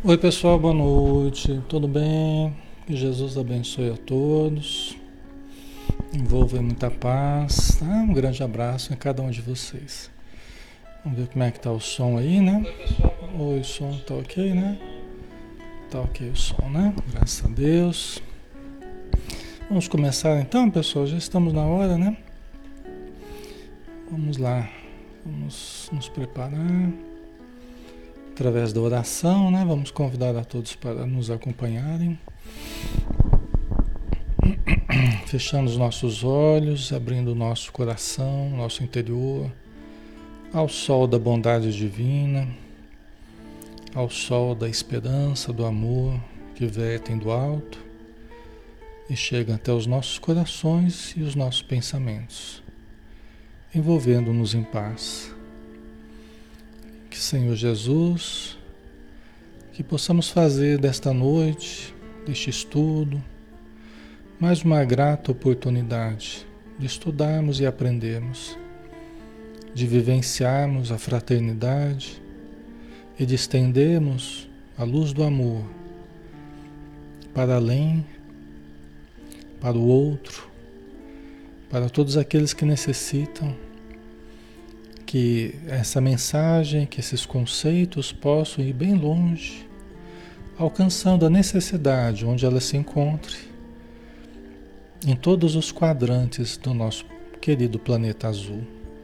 Oi pessoal, boa noite, tudo bem? Que Jesus abençoe a todos, envolva em muita paz, tá? Um grande abraço em cada um de vocês. Vamos ver como é que tá o som aí, né? Oi, o som tá ok, né? Tá ok o som, né? Graças a Deus. Vamos começar então, pessoal, já estamos na hora, né? Vamos lá, vamos nos preparar. Através da oração, né? Vamos convidar a todos para nos acompanharem. Fechando os nossos olhos, abrindo o nosso coração, nosso interior, ao sol da bondade divina, ao sol da esperança, do amor que vertem do alto e chega até os nossos corações e os nossos pensamentos, envolvendo-nos em paz. Que Senhor Jesus, que possamos fazer desta noite, deste estudo, mais uma grata oportunidade de estudarmos e aprendermos, de vivenciarmos a fraternidade e de estendermos a luz do amor para além, para o outro, para todos aqueles que necessitam, que essa mensagem, que esses conceitos possam ir bem longe, alcançando a necessidade onde ela se encontre, em todos os quadrantes do nosso querido planeta azul.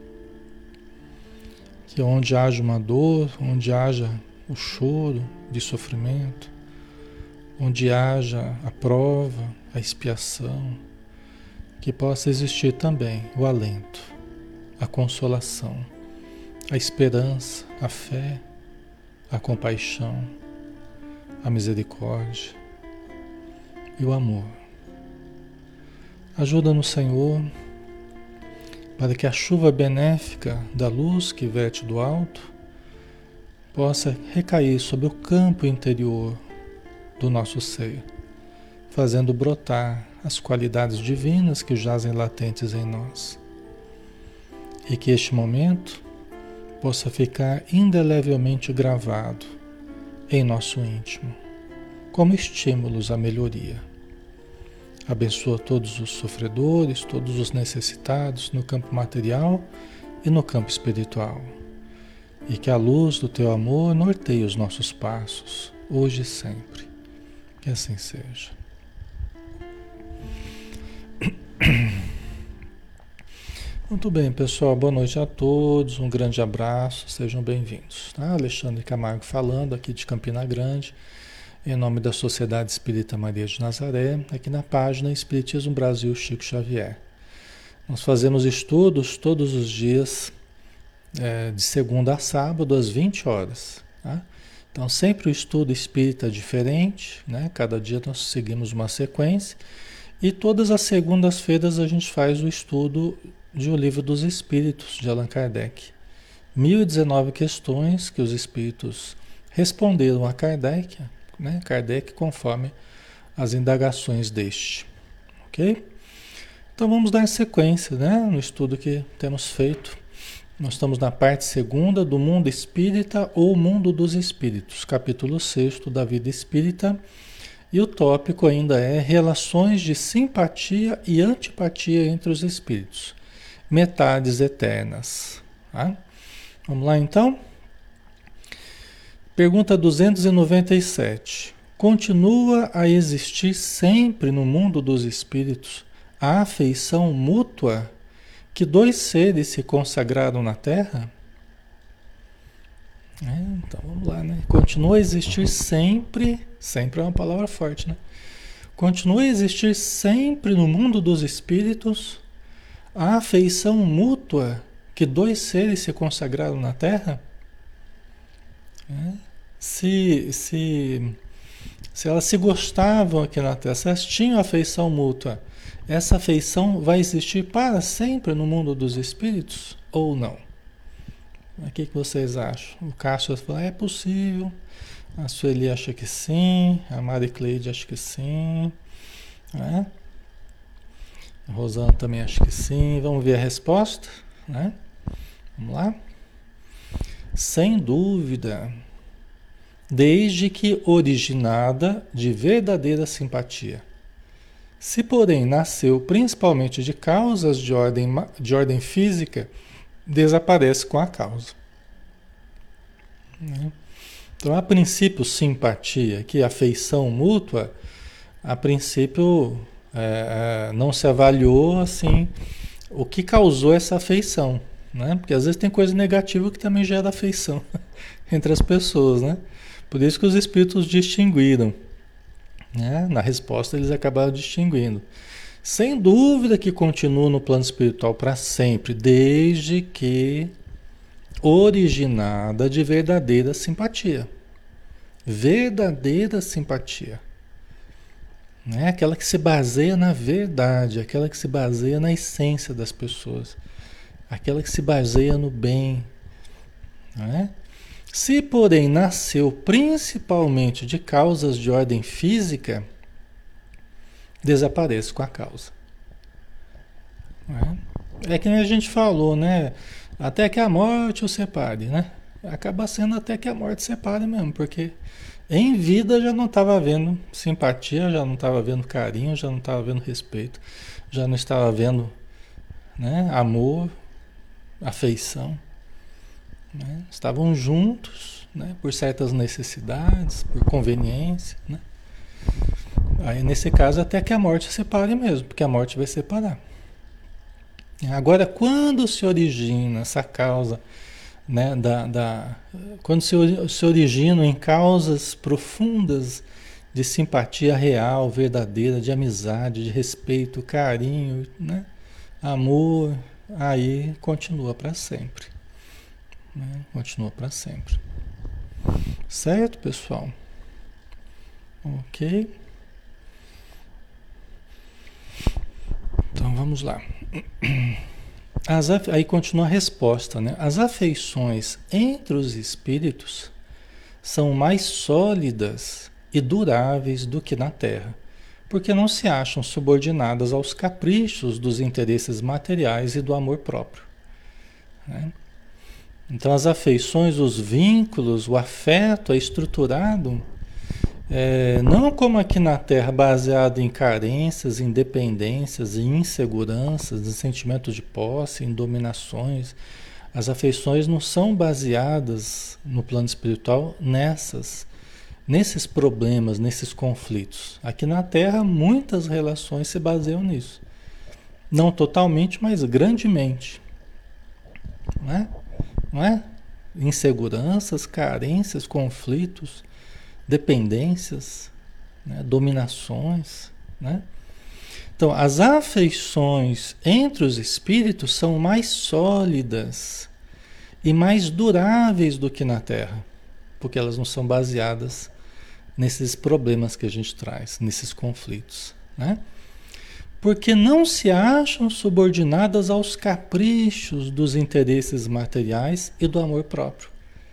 Que onde haja uma dor, onde haja o choro de sofrimento, onde haja a prova, a expiação, que possa existir também o alento, a consolação, a esperança, a fé, a compaixão, a misericórdia e o amor. Ajuda-nos, Senhor, para que a chuva benéfica da luz que verte do alto possa recair sobre o campo interior do nosso ser, fazendo brotar as qualidades divinas que jazem latentes em nós. E que este momento possa ficar indelevelmente gravado em nosso íntimo, como estímulos à melhoria. Abençoa todos os sofredores, todos os necessitados no campo material e no campo espiritual. E que a luz do Teu amor norteie os nossos passos, hoje e sempre. Que assim seja. Muito bem, pessoal. Boa noite a todos. Um grande abraço. Sejam bem-vindos. Tá? Alexandre Camargo falando aqui de Campina Grande, em nome da Sociedade Espírita Maria de Nazaré, aqui na página Espiritismo Brasil Chico Xavier. Nós fazemos estudos todos os dias, de segunda a sábado, às 20 horas. Tá? Então, sempre o estudo espírita é diferente, né? Cada dia nós seguimos uma sequência. E todas as segundas-feiras a gente faz o estudo de O Livro dos Espíritos, de Allan Kardec. 1019 questões que os espíritos responderam a Kardec, né? Kardec conforme as indagações deste, ok? Então vamos dar sequência, né, no estudo que temos feito. Nós estamos na parte segunda do Mundo Espírita ou Mundo dos Espíritos, capítulo 6º da Vida Espírita, e o tópico ainda é Relações de Simpatia e Antipatia entre os Espíritos, Metades Eternas. Tá? Vamos lá então? Pergunta 297. Continua a existir sempre no mundo dos espíritos a afeição mútua que dois seres se consagraram na Terra? Então vamos lá, né? Continua a existir sempre, sempre é uma palavra forte, né? Continua a existir sempre no mundo dos espíritos a afeição mútua que dois seres se consagraram na Terra? Se elas se gostavam aqui na Terra, se elas tinham afeição mútua, essa afeição vai existir para sempre no mundo dos espíritos ou não? O que vocês acham? O Cássio fala, é possível. A Sueli acha que sim. A Mari Cleide acha que sim. Né? A Rosana também acha que sim. Vamos ver a resposta, né? Vamos lá? Sem dúvida. desde que originada de verdadeira simpatia. Se, porém, nasceu principalmente de causas de ordem física, desaparece com a causa. Né? Então, a princípio, simpatia, que é afeição mútua, a princípio não se avaliou assim o que causou essa afeição, né? Porque às vezes tem coisa negativa que também gera afeição entre as pessoas, né? Por isso que os espíritos distinguiram, né? Na resposta eles acabaram distinguindo. Sem dúvida que continua no plano espiritual para sempre, desde que originada de verdadeira simpatia. Verdadeira simpatia. Né? Aquela que se baseia na verdade, aquela que se baseia na essência das pessoas, aquela que se baseia no bem. Né? Se, porém, nasceu principalmente de causas de ordem física, desaparece com a causa. Né? É que nem a gente falou, né? Até que a morte o separe, né? Acaba sendo até que a morte separe mesmo, porque em vida já não estava havendo simpatia, já não estava havendo carinho, já não estava havendo respeito, já não estava havendo, né, amor, afeição. Né? Estavam juntos, né, por certas necessidades, por conveniência. Né? Aí nesse caso até que a morte separe mesmo, porque a morte vai separar. Agora, quando se origina essa causa, né, quando se originam em causas profundas de simpatia real, verdadeira, de amizade, de respeito, carinho, né, amor, aí continua para sempre. Né, continua para sempre. Certo, pessoal? Ok? Então vamos lá. Aí continua a resposta, né? As afeições entre os espíritos são mais sólidas e duráveis do que na Terra, porque não se acham subordinadas aos caprichos dos interesses materiais e do amor próprio. Né? Então as afeições, os vínculos, o afeto é estruturado não como aqui na Terra, baseado em carências, em dependências, em inseguranças, em sentimentos de posse, em dominações. As afeições não são baseadas no plano espiritual nesses problemas, nesses conflitos. Aqui na Terra, muitas relações se baseiam nisso. Não totalmente, mas grandemente. Não é? Não é? Inseguranças, carências, conflitos, dependências, né? Dominações, né? Então, as afeições entre os espíritos são mais sólidas e mais duráveis do que na Terra, porque elas não são baseadas nesses problemas que a gente traz, nesses conflitos, né? Porque não se acham subordinadas aos caprichos dos interesses materiais e do amor próprio,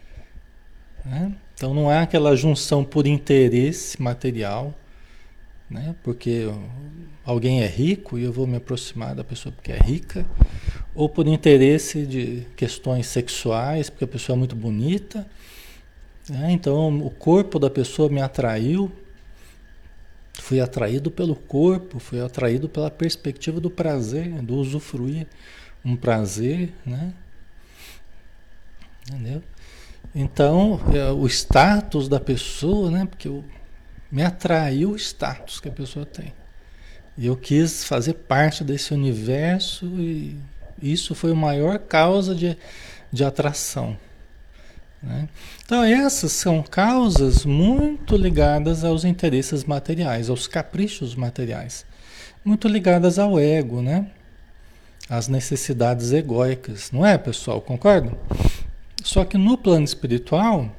né? Então não há aquela junção por interesse material, né? Porque alguém é rico e eu vou me aproximar da pessoa porque é rica, ou por interesse de questões sexuais, porque a pessoa é muito bonita, né? Então o corpo da pessoa me atraiu, fui atraído pelo corpo, fui atraído pela perspectiva do prazer, do usufruir um prazer, né? Entendeu? Então, o status da pessoa, né? Porque me atraiu o status que a pessoa tem. E eu quis fazer parte desse universo e isso foi a maior causa de atração. Né? Então, essas são causas muito ligadas aos interesses materiais, aos caprichos materiais. Muito ligadas ao ego, né? Às necessidades egóicas. Não é, pessoal? Concordam? Só que no plano espiritual,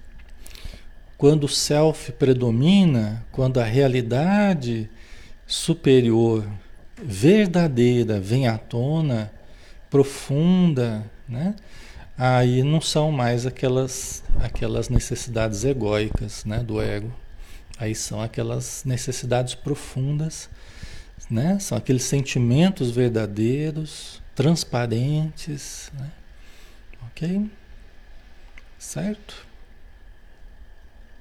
quando o self predomina, quando a realidade superior, verdadeira, vem à tona, profunda, né? Aí não são mais aquelas necessidades egóicas, né, do ego. Aí são aquelas necessidades profundas, né? São aqueles sentimentos verdadeiros, transparentes, né? Ok? Certo?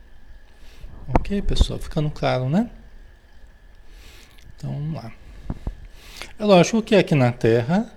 Ok, pessoal? Ficando claro, né? Então, vamos lá. É lógico que aqui na Terra,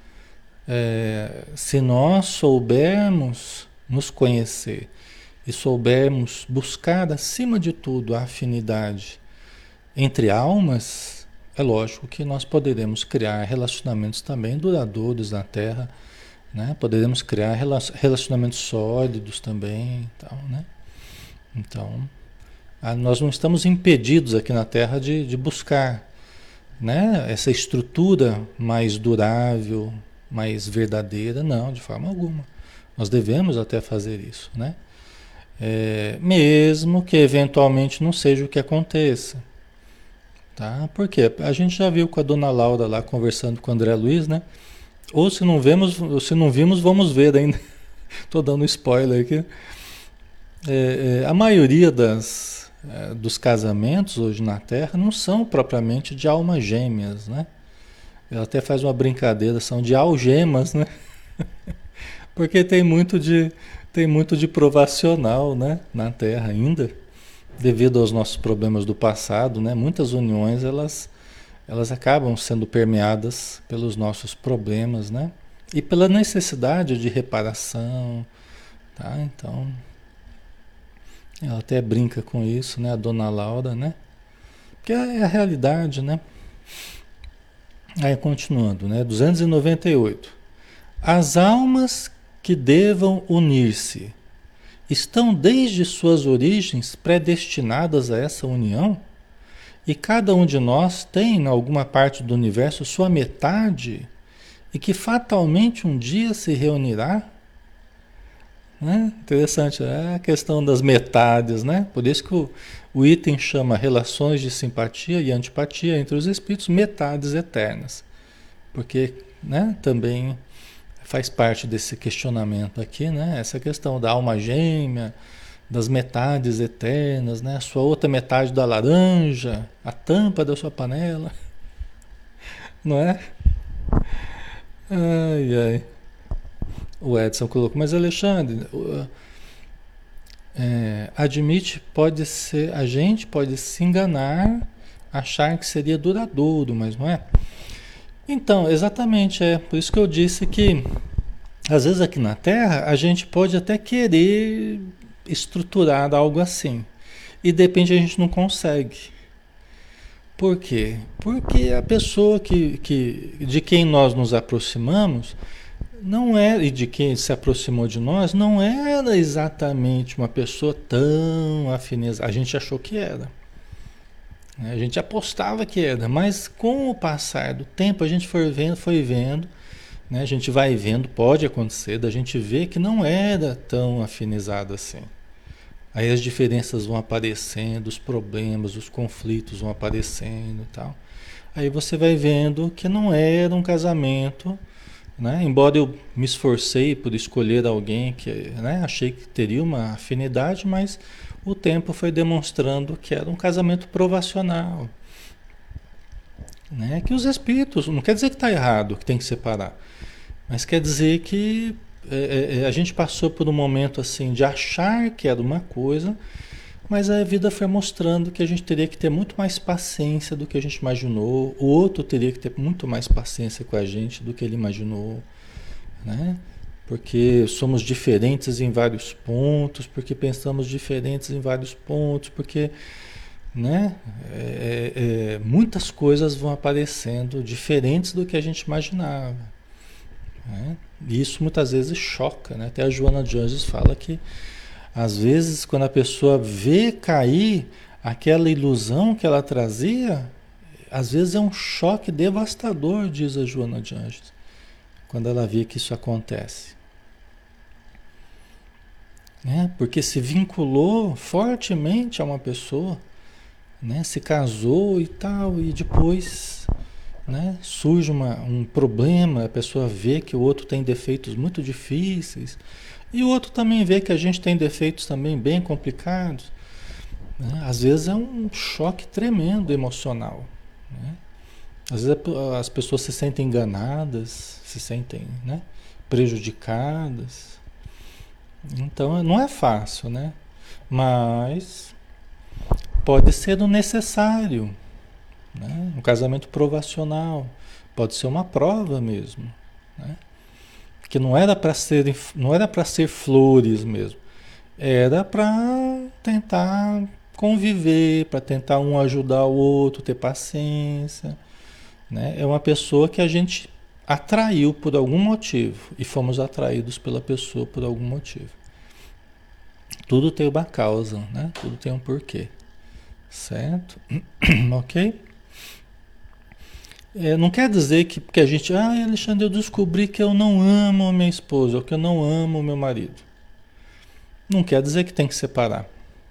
se nós soubermos nos conhecer e soubermos buscar, acima de tudo, a afinidade entre almas, é lógico que nós poderemos criar relacionamentos também duradouros na Terra, né? Poderemos criar relacionamentos sólidos também, tal, né? Então, nós não estamos impedidos aqui na Terra de buscar, né, essa estrutura mais durável, mais verdadeira, não, de forma alguma. Nós devemos até fazer isso, né? Mesmo que eventualmente não seja o que aconteça, tá? Porque a gente já viu com a dona Laura lá conversando com o André Luiz, né? Ou se não vemos, ou se não vimos, vamos ver ainda. Tô dando spoiler aqui. A maioria dos casamentos hoje na Terra não são propriamente de almas gêmeas, né? Ela até faz uma brincadeira, são de algemas, né? Porque tem muito de provacional, né, na Terra ainda, devido aos nossos problemas do passado, né? Muitas uniões elas acabam sendo permeadas pelos nossos problemas, né? E pela necessidade de reparação, tá? Então, ela até brinca com isso, né, a dona Laura, né? Porque é a realidade, né? Aí continuando, né? 298. As almas que devam unir-se estão desde suas origens predestinadas a essa união? E cada um de nós tem, em alguma parte do universo, sua metade e que fatalmente um dia se reunirá? Né? Interessante, é a questão das metades, né? Por isso que o item chama relações de simpatia e antipatia entre os espíritos metades eternas. Porque, né, também faz parte desse questionamento aqui, né? Essa questão da alma gêmea, das metades eternas, né? A sua outra metade da laranja, a tampa da sua panela, não é? Ai, ai. O Edson colocou, mas Alexandre, admite, pode ser, a gente pode se enganar, achar que seria duradouro, mas não é? Então, exatamente, por isso que eu disse que às vezes aqui na Terra a gente pode até querer estruturar algo assim. E de repente a gente não consegue. Por quê? Porque a pessoa de quem nós nos aproximamos não era, e de quem se aproximou de nós, não era exatamente uma pessoa tão afinizada. A gente achou que era. Né? A gente apostava que era, mas com o passar do tempo a gente foi vendo, né? A gente vai vendo, pode acontecer, da gente ver que não era tão afinizado assim. Aí as diferenças vão aparecendo, os problemas, os conflitos vão aparecendo e tal. Aí você vai vendo que não era um casamento, né? Embora eu me esforcei por escolher alguém que, né, achei que teria uma afinidade, mas o tempo foi demonstrando que era um casamento provacional, né? Que os espíritos, não quer dizer que está errado, que tem que separar, mas quer dizer que a gente passou por um momento assim de achar que era uma coisa, mas a vida foi mostrando que a gente teria que ter muito mais paciência do que a gente imaginou, o outro teria que ter muito mais paciência com a gente do que ele imaginou, né? Porque somos diferentes em vários pontos, porque pensamos diferentes em vários pontos, porque, né, muitas coisas vão aparecendo diferentes do que a gente imaginava, né? E isso muitas vezes choca, né? Até a Joana de Anjos fala que às vezes quando a pessoa vê cair aquela ilusão que ela trazia, às vezes é um choque devastador, diz a Joana de Anjos, quando ela vê que isso acontece, né? Porque se vinculou fortemente a uma pessoa, né? Se casou e tal, e depois, né, surge um problema, a pessoa vê que o outro tem defeitos muito difíceis, e o outro também vê que a gente tem defeitos também bem complicados, né? Às vezes é um choque tremendo emocional, né? Às vezes as pessoas se sentem enganadas, se sentem, né, prejudicadas. Então não é fácil, né? Mas Pode ser o necessário, né? Um casamento provacional, pode ser uma prova mesmo, né? Que não era para ser flores mesmo, era para tentar conviver, para tentar um ajudar o outro, ter paciência, né? É uma pessoa que a gente atraiu por algum motivo e fomos atraídos pela pessoa por algum motivo. Tudo tem uma causa, né? Tudo tem um porquê, certo? Ok? Não quer dizer que a gente, Alexandre, eu descobri que eu não amo a minha esposa, ou que eu não amo o meu marido. Não quer dizer que tem que separar.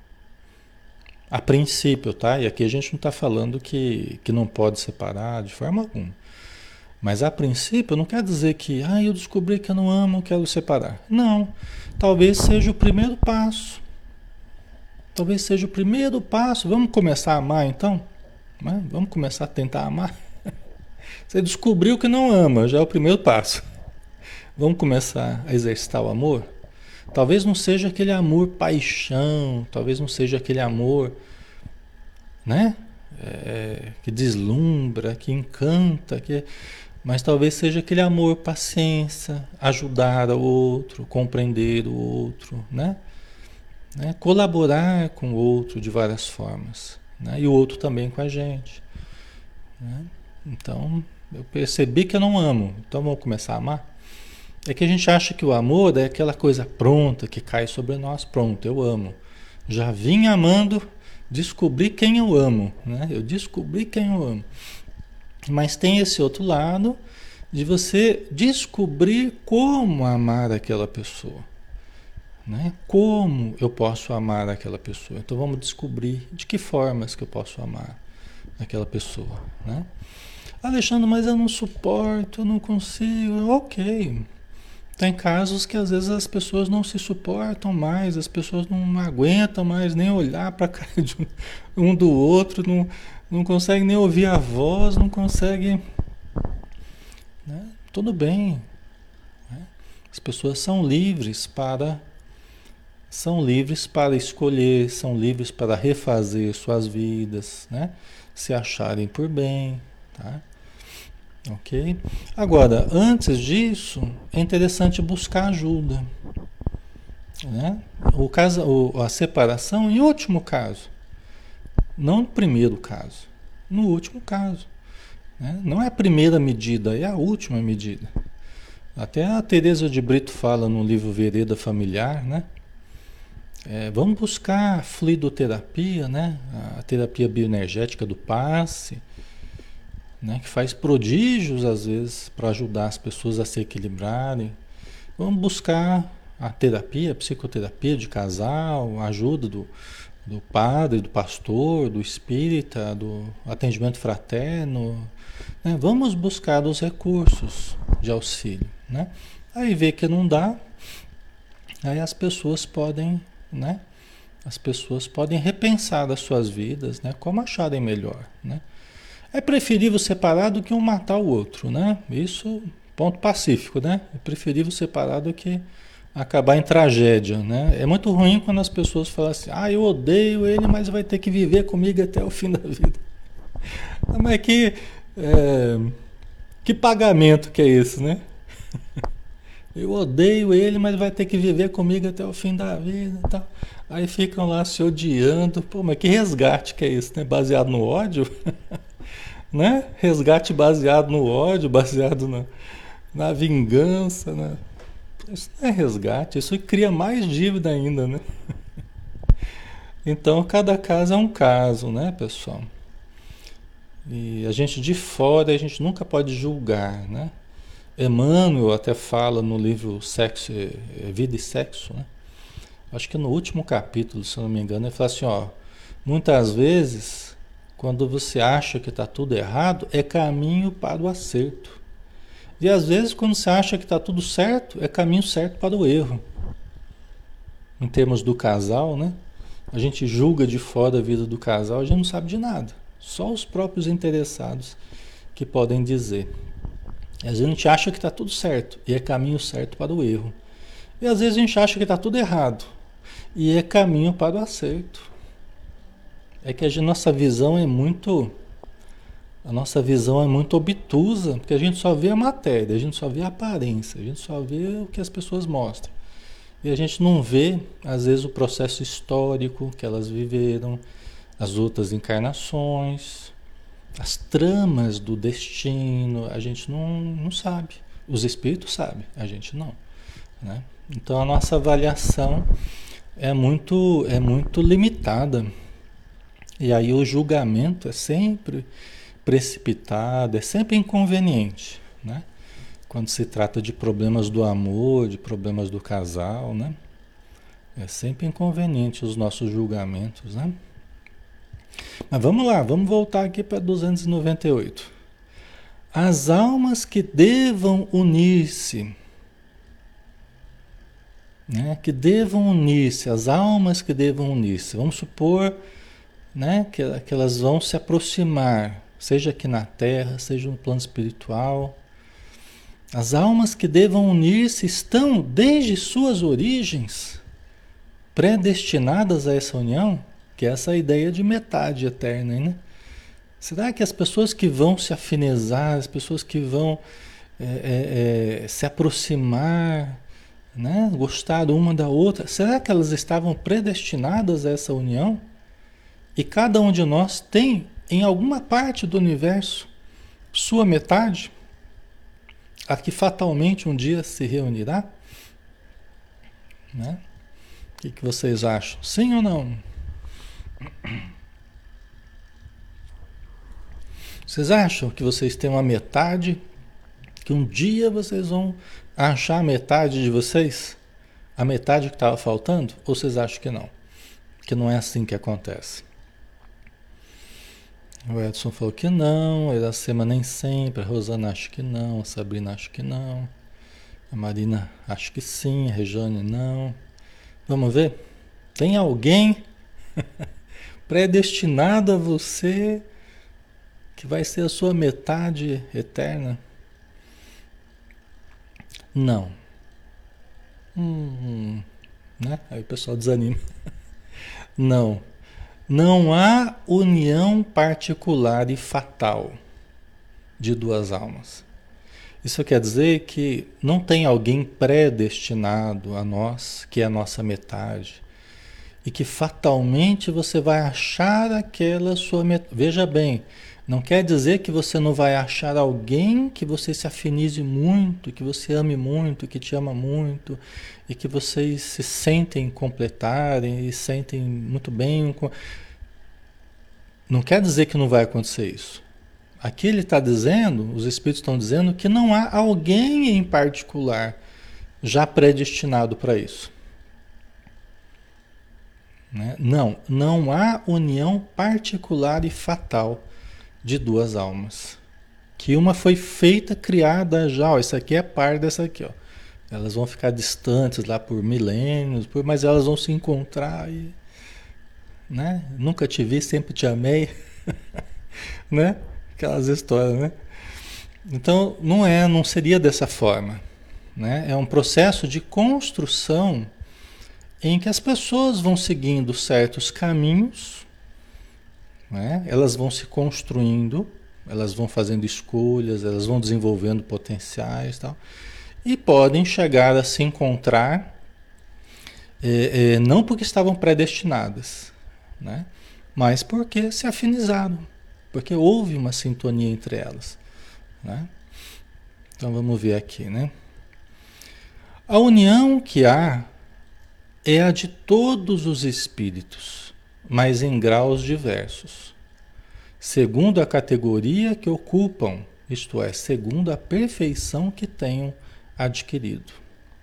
A princípio, tá? E aqui a gente não está falando que não pode separar de forma alguma. Mas a princípio não quer dizer que, eu descobri que eu não amo, quero separar. Não. Talvez seja o primeiro passo. Talvez seja o primeiro passo. Vamos começar a amar então? Né? Vamos começar a tentar amar? Você descobriu que não ama, já é o primeiro passo. Vamos começar a exercitar o amor? Talvez não seja aquele amor paixão, talvez não seja aquele amor, né? Que deslumbra, que encanta, mas talvez seja aquele amor paciência, ajudar o outro, compreender o outro, né? Colaborar com o outro de várias formas, né? E o outro também com a gente, né? Então, eu percebi que eu não amo, então vamos começar a amar? É que a gente acha que o amor é aquela coisa pronta que cai sobre nós, pronto, eu amo. Já vim amando, descobri quem eu amo, né? Eu descobri quem eu amo. Mas tem esse outro lado de você descobrir como amar aquela pessoa, né? Como eu posso amar aquela pessoa? Então vamos descobrir de que formas que eu posso amar aquela pessoa, né? Alexandre, mas eu não suporto, eu não consigo. Ok. Tem casos que às vezes as pessoas não se suportam mais, as pessoas não aguentam mais nem olhar para a cara de um do outro, não conseguem nem ouvir a voz, não conseguem, né? Tudo bem, né? As pessoas são livres para escolher, são livres para refazer suas vidas, né? Se acharem por bem, tá? Ok? Agora, antes disso, é interessante buscar ajuda, né? A separação, em último caso, não no primeiro caso, no último caso, né? Não é a primeira medida, é a última medida. Até a Teresa de Brito fala no livro Vereda Familiar, né? Vamos buscar a fluidoterapia, né? A terapia bioenergética do passe, né, que faz prodígios às vezes para ajudar as pessoas a se equilibrarem. Vamos buscar a terapia, a psicoterapia de casal, a ajuda do padre, do pastor, do espírita, do atendimento fraterno, né? Vamos buscar os recursos de auxílio, né? Aí vê que não dá, aí as pessoas podem, né? As pessoas podem repensar as suas vidas, né? Como acharem melhor, né? É preferível separar do que um matar o outro, né? Isso, ponto pacífico, né? É preferível separar do que acabar em tragédia, né? É muito ruim quando as pessoas falam assim, eu odeio ele, mas vai ter que viver comigo até o fim da vida. Mas que pagamento que é esse, né? Eu odeio ele, mas vai ter que viver comigo até o fim da vida e tal. Aí ficam lá se odiando. Pô, mas que resgate que é esse, né? Baseado no ódio? Né? Resgate baseado no ódio, baseado na vingança, né? Isso não é resgate, isso cria mais dívida ainda, né? Então, cada caso é um caso, né, pessoal? E a gente de fora, a gente nunca pode julgar, né? Emmanuel até fala no livro Sexo, Vida e Sexo, né? Acho que no último capítulo, se eu não me engano, ele fala assim, muitas vezes, quando você acha que está tudo errado, é caminho para o acerto. E às vezes, quando você acha que está tudo certo, é caminho certo para o erro. Em termos do casal, né? A gente julga de fora a vida do casal, a gente não sabe de nada. Só os próprios interessados que podem dizer. Às vezes a gente acha que está tudo certo e é caminho certo para o erro. E às vezes a gente acha que está tudo errado e é caminho para o acerto. É que nossa visão é muito. A nossa visão é muito obtusa, porque a gente só vê a matéria, a gente só vê a aparência, a gente só vê o que as pessoas mostram. E a gente não vê, às vezes, o processo histórico que elas viveram, as outras encarnações, as tramas do destino, a gente não sabe. Os espíritos sabem, a gente não, né? Então a nossa avaliação é muito limitada. E aí o julgamento é sempre precipitado, é sempre inconveniente, né? Quando se trata de problemas do amor, de problemas do casal, né? É sempre inconveniente os nossos julgamentos, né? Mas vamos lá, vamos voltar aqui para 298. As almas que devam unir-se, né? Que devam unir-se, as almas que devam unir-se. Vamos supor, né? Que elas vão se aproximar, seja aqui na Terra, seja no plano espiritual. As almas que devam unir-se estão, desde suas origens, predestinadas a essa união, que é essa ideia de metade eterna, né? Será que as pessoas que vão se afinizar, as pessoas que vão se aproximar, né? Gostar uma da outra, será que elas estavam predestinadas a essa união? E cada um de nós tem, em alguma parte do universo, sua metade, a que fatalmente um dia se reunirá? Né? O que vocês acham? Sim ou não? Vocês acham que vocês têm uma metade, que um dia vocês vão achar a metade de vocês? A metade que estava faltando? Ou vocês acham que não? Que não é assim que acontece? O Edson falou que não, a Iracema nem sempre, a Rosana acha que não, a Sabrina acha que não, a Marina acha que sim, a Rejane não. Vamos ver? Tem alguém predestinado a você que vai ser a sua metade eterna? Não. Né? Aí o pessoal desanima. Não. Não há união particular e fatal de duas almas. Isso quer dizer que não tem alguém predestinado a nós, que é a nossa metade, e que fatalmente você vai achar aquela sua metade. Veja bem, não quer dizer que você não vai achar alguém que você se afinize muito, que você ame muito, que te ama muito, e que vocês se sentem completarem e sentem muito bem. Não quer dizer que não vai acontecer isso. Aqui ele está dizendo, os espíritos estão dizendo que não há alguém em particular já predestinado para isso. Né? Não há união particular e fatal de duas almas. Que uma foi feita, criada já, ó, isso aqui é par dessa aqui, ó. Elas vão ficar distantes lá por milênios, mas elas vão se encontrar e, né? Nunca te vi, sempre te amei, né? Aquelas histórias, né? Então, não seria dessa forma, né? É um processo de construção em que as pessoas vão seguindo certos caminhos, né? Elas vão se construindo, elas vão fazendo escolhas, elas vão desenvolvendo potenciais e tal, e podem chegar a se encontrar, não porque estavam predestinadas, né? Mas porque se afinizaram, porque houve uma sintonia entre elas, né? Então vamos ver aqui, né? A união que há é a de todos os espíritos, mas em graus diversos, segundo a categoria que ocupam, isto é, segundo a perfeição que tenham adquirido.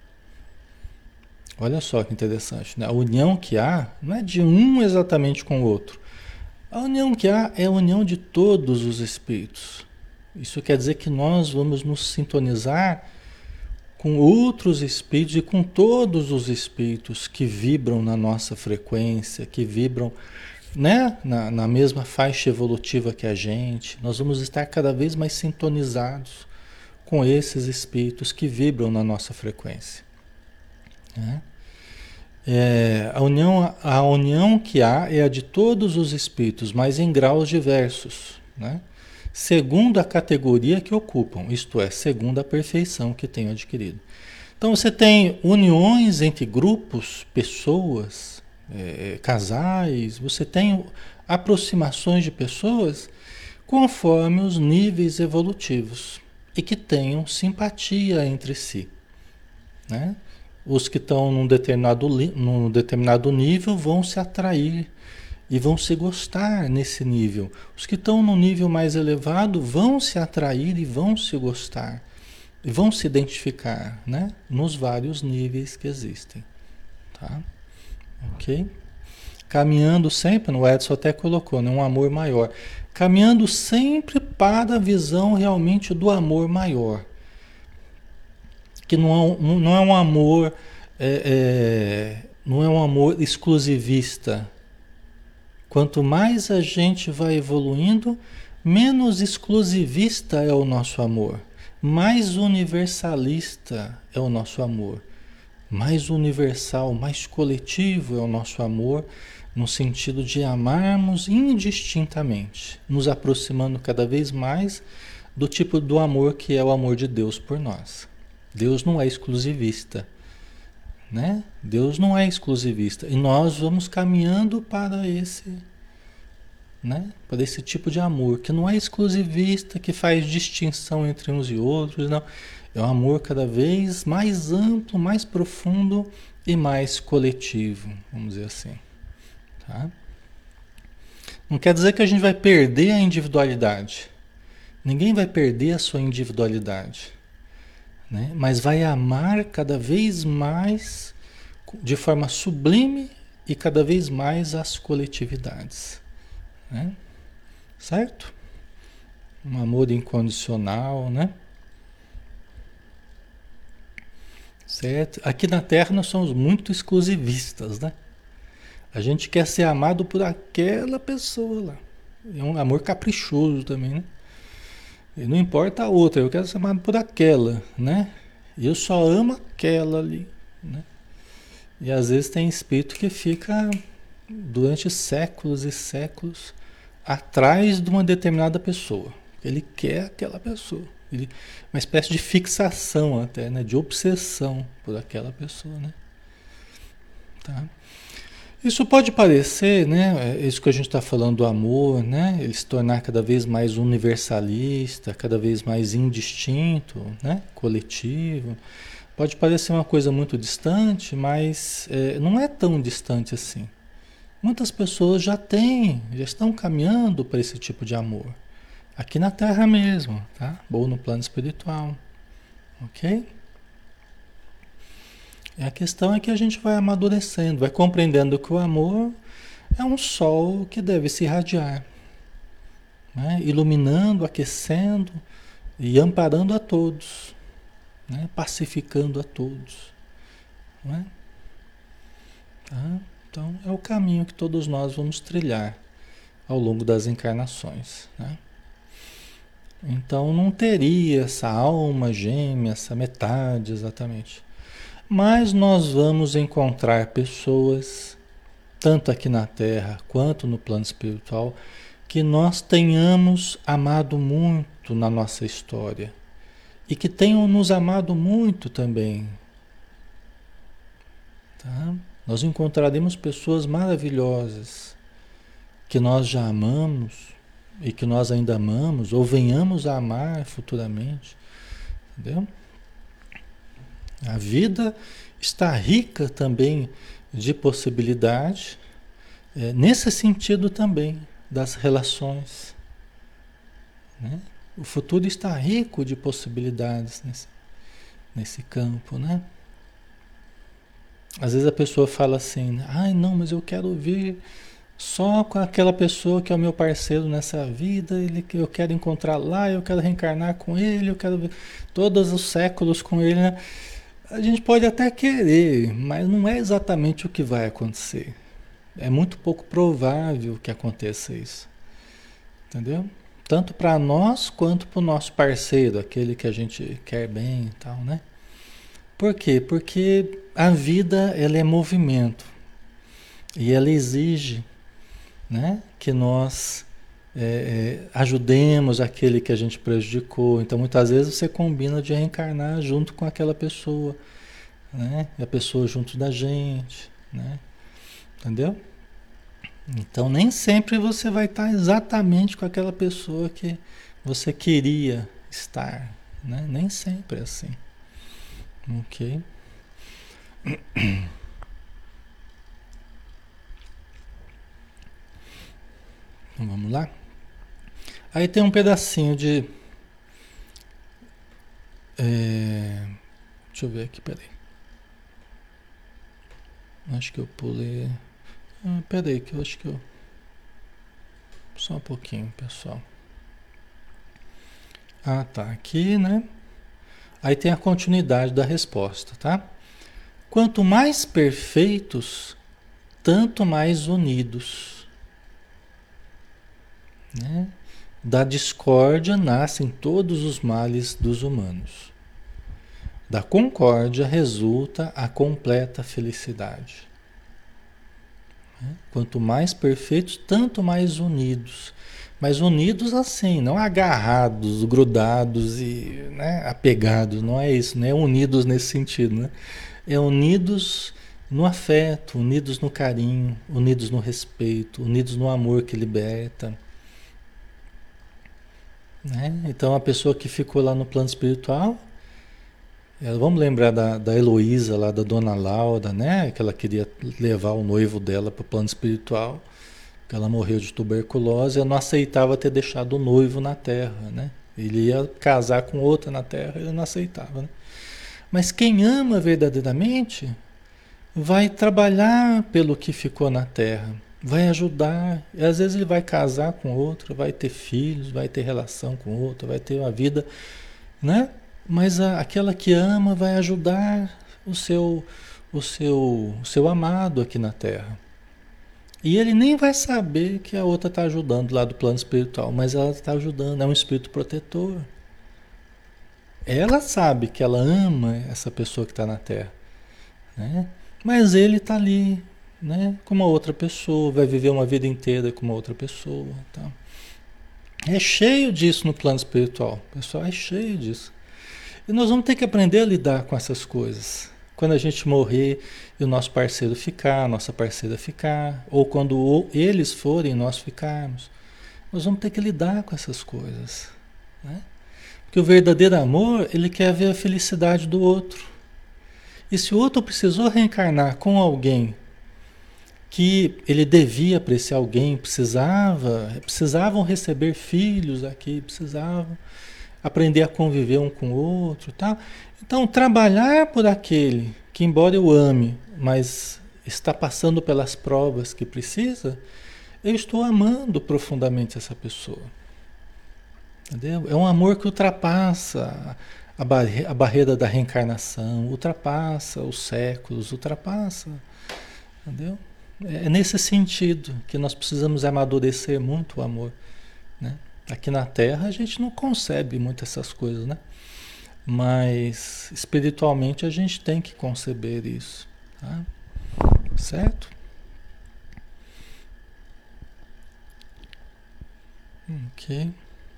Olha só que interessante, né? A união que há não é de um exatamente com o outro. A união que há é a união de todos os espíritos. Isso quer dizer que nós vamos nos sintonizar com outros espíritos e com todos os espíritos que vibram na nossa frequência, que vibram, né, na mesma faixa evolutiva que a gente. Nós vamos estar cada vez mais sintonizados com esses espíritos que vibram na nossa frequência, né? A união que há é a de todos os espíritos, mas em graus diversos, né? Segundo a categoria que ocupam, isto é, segundo a perfeição que tenham adquirido. Então você tem uniões entre grupos, pessoas, casais, você tem aproximações de pessoas conforme os níveis evolutivos e que tenham simpatia entre si, né? Os que estão num determinado nível vão se atrair e vão se gostar nesse nível. Os que estão no nível mais elevado vão se atrair e vão se gostar. E vão se identificar, né? Nos vários níveis que existem. Tá? Ok? Caminhando sempre, o Edson até colocou, né? Um amor maior. Caminhando sempre para a visão realmente do amor maior. Que não é um amor, não é um amor exclusivista. Quanto mais a gente vai evoluindo, menos exclusivista é o nosso amor, mais universalista é o nosso amor, mais universal, mais coletivo é o nosso amor, no sentido de amarmos indistintamente, nos aproximando cada vez mais do tipo do amor que é o amor de Deus por nós. Deus não é exclusivista, né? Deus não é exclusivista e nós vamos caminhando para esse, né? Para esse tipo de amor que não é exclusivista, que faz distinção entre uns e outros, não. É um amor cada vez mais amplo, mais profundo e mais coletivo, vamos dizer assim, tá? Não quer dizer que a gente vai perder a individualidade. Ninguém vai perder a sua individualidade, né? Mas vai amar cada vez mais de forma sublime e cada vez mais as coletividades, né? Certo? Um amor incondicional, né? Certo? Aqui na Terra nós somos muito exclusivistas, né? A gente quer ser amado por aquela pessoa lá. É um amor caprichoso também, né? E não importa a outra, eu quero ser amado por aquela, né? E eu só amo aquela ali, né? E às vezes tem espírito que fica durante séculos e séculos atrás de uma determinada pessoa. Ele quer aquela pessoa. Uma espécie de fixação até, né? De obsessão por aquela pessoa, né? Tá? Isso pode parecer, né? Isso que a gente está falando do amor, né? Ele se tornar cada vez mais universalista, cada vez mais indistinto, né? Coletivo. Pode parecer uma coisa muito distante, mas não é tão distante assim. Muitas pessoas já estão caminhando para esse tipo de amor. Aqui na Terra mesmo, tá? Ou no plano espiritual. Ok? E a questão é que a gente vai amadurecendo, vai compreendendo que o amor é um sol que deve se irradiar, né? Iluminando, aquecendo e amparando a todos, né? Pacificando a todos, né? Tá? Então é o caminho que todos nós vamos trilhar ao longo das encarnações, né? Então não teria essa alma gêmea, essa metade exatamente. Mas nós vamos encontrar pessoas, tanto aqui na Terra quanto no plano espiritual, que nós tenhamos amado muito na nossa história e que tenham nos amado muito também. Tá? Nós encontraremos pessoas maravilhosas que nós já amamos e que nós ainda amamos ou venhamos a amar futuramente, entendeu? A vida está rica também de possibilidade, nesse sentido também, das relações, né? O futuro está rico de possibilidades nesse campo, né? Às vezes a pessoa fala assim, ai não, mas eu quero vir só com aquela pessoa que é o meu parceiro nessa vida, eu quero encontrar lá, eu quero reencarnar com ele, eu quero ver todos os séculos com ele, né? A gente pode até querer, mas não é exatamente o que vai acontecer. É muito pouco provável que aconteça isso. Entendeu? Tanto para nós quanto para o nosso parceiro, aquele que a gente quer bem e tal, né? Por quê? Porque a vida ela é movimento e ela exige, né, que nós ajudemos aquele que a gente prejudicou. Então, muitas vezes você combina de reencarnar junto com aquela pessoa, né? E a pessoa junto da gente, né? Entendeu? Então, nem sempre você vai estar exatamente com aquela pessoa que você queria estar, né? Nem sempre é assim, ok? Então, vamos lá? Aí tem um pedacinho de... deixa eu ver aqui, peraí. Acho que eu pulei... peraí, que eu acho que eu... Só um pouquinho, pessoal. Ah, tá. Aqui, né? Aí tem a continuidade da resposta, tá? Quanto mais perfeitos, tanto mais unidos, né? Da discórdia nascem todos os males dos humanos. Da concórdia resulta a completa felicidade. Quanto mais perfeitos, tanto mais unidos. Mas unidos assim, não agarrados, grudados e, né, apegados. Não é isso, não é unidos nesse sentido, né? É unidos no afeto, unidos no carinho, unidos no respeito, unidos no amor que liberta. Né? Então a pessoa que ficou lá no plano espiritual, vamos lembrar da Heloísa lá, da Dona Laura, né? Que ela queria levar o noivo dela para o plano espiritual, que ela morreu de tuberculose, ela não aceitava ter deixado o noivo na Terra, né? Ele ia casar com outra na Terra, ele não aceitava, né? Mas quem ama verdadeiramente vai trabalhar pelo que ficou na Terra, vai ajudar, e às vezes ele vai casar com outra, vai ter filhos, vai ter relação com outra, vai ter uma vida, né? Mas aquela que ama vai ajudar o seu amado aqui na Terra. E ele nem vai saber que a outra está ajudando lá do plano espiritual, mas ela está ajudando, é um espírito protetor. Ela sabe que ela ama essa pessoa que está na Terra, né? Mas ele está ali, né, com uma outra pessoa, vai viver uma vida inteira com uma outra pessoa. Tá? É cheio disso no plano espiritual, pessoal, é cheio disso. E nós vamos ter que aprender a lidar com essas coisas. Quando a gente morrer e o nosso parceiro ficar, a nossa parceira ficar, ou quando eles forem nós ficarmos, nós vamos ter que lidar com essas coisas, né? Porque o verdadeiro amor, ele quer ver a felicidade do outro. E se o outro precisou reencarnar com alguém que ele devia para esse alguém, precisavam receber filhos aqui, precisavam aprender a conviver um com o outro, tá? Então, trabalhar por aquele que, embora eu ame, mas está passando pelas provas que precisa, eu estou amando profundamente essa pessoa. Entendeu? É um amor que ultrapassa a barreira da reencarnação, ultrapassa os séculos, ultrapassa, entendeu? É nesse sentido que nós precisamos amadurecer muito o amor, né? Aqui na Terra a gente não concebe muito essas coisas, né? Mas espiritualmente a gente tem que conceber isso, tá? Certo? Ok.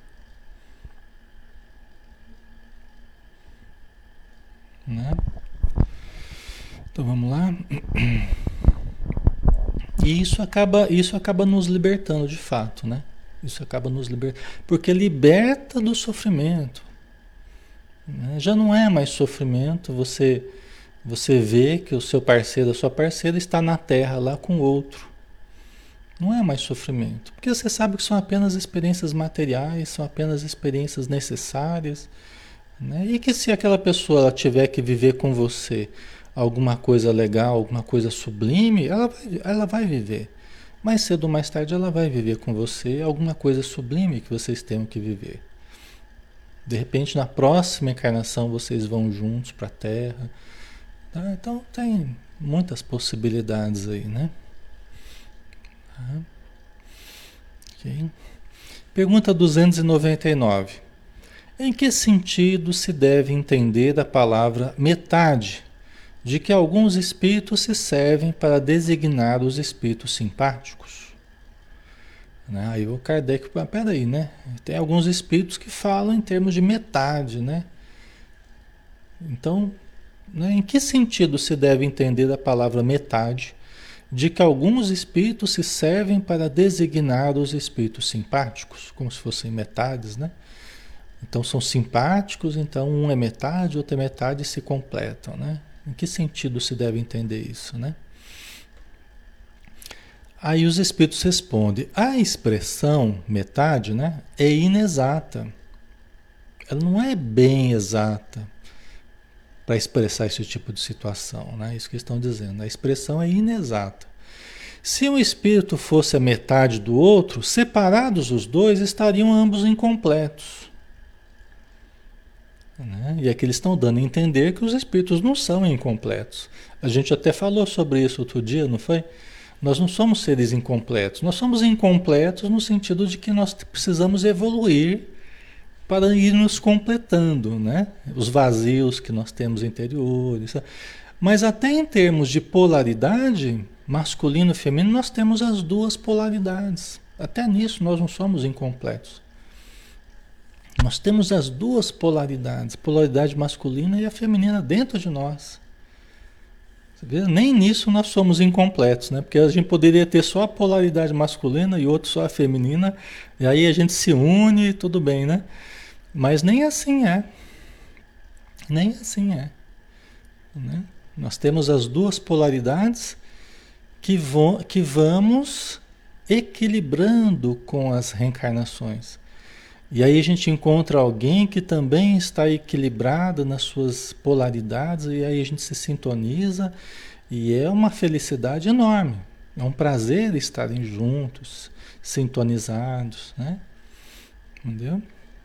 Né? Então vamos lá. E isso acaba nos libertando de fato, né? Isso acaba nos libertando, porque liberta do sofrimento, né? Já não é mais sofrimento você vê que o seu parceiro, a sua parceira está na Terra lá com outro. Não é mais sofrimento, porque você sabe que são apenas experiências materiais, são apenas experiências necessárias, né? E que se aquela pessoa ela tiver que viver com você alguma coisa legal, alguma coisa sublime, ela vai viver. Mais cedo ou mais tarde ela vai viver com você alguma coisa sublime que vocês tenham que viver. De repente, na próxima encarnação, vocês vão juntos para a Terra. Tá? Então, tem muitas possibilidades aí, né? Tá? Ok. Pergunta 299. Em que sentido se deve entender a palavra metade, de que alguns espíritos se servem para designar os espíritos simpáticos? Né? Aí o Kardec, peraí, né? Tem alguns espíritos que falam em termos de metade, né? Então, né, em que sentido se deve entender a palavra metade, de que alguns espíritos se servem para designar os espíritos simpáticos, como se fossem metades, né? Então são simpáticos, então um é metade, outro é metade e se completam, né? Em que sentido se deve entender isso, né? Aí os espíritos respondem: a expressão metade, né, é inexata. Ela não é bem exata para expressar esse tipo de situação, né? Isso que estão dizendo. A expressão é inexata. Se um espírito fosse a metade do outro, separados os dois, estariam ambos incompletos. Né? E aqui eles estão dando a entender que os espíritos não são incompletos. A gente até falou sobre isso outro dia, não foi? Nós não somos seres incompletos. Nós somos incompletos no sentido de que nós precisamos evoluir para ir nos completando, né? Os vazios que nós temos interiores. Mas até em termos de polaridade, masculino e feminino, nós temos as duas polaridades. Até nisso nós não somos incompletos. Nós temos as duas polaridades, polaridade masculina e a feminina dentro de nós. Você vê? Nem nisso nós somos incompletos, né? Porque a gente poderia ter só a polaridade masculina e outro só a feminina, e aí a gente se une e tudo bem, né? Mas nem assim é. Nem assim é. Né? Nós temos as duas polaridades que vamos equilibrando com as reencarnações. E aí a gente encontra alguém que também está equilibrado nas suas polaridades, e aí a gente se sintoniza, e é uma felicidade enorme. É um prazer estarem juntos, sintonizados, né? Entendeu?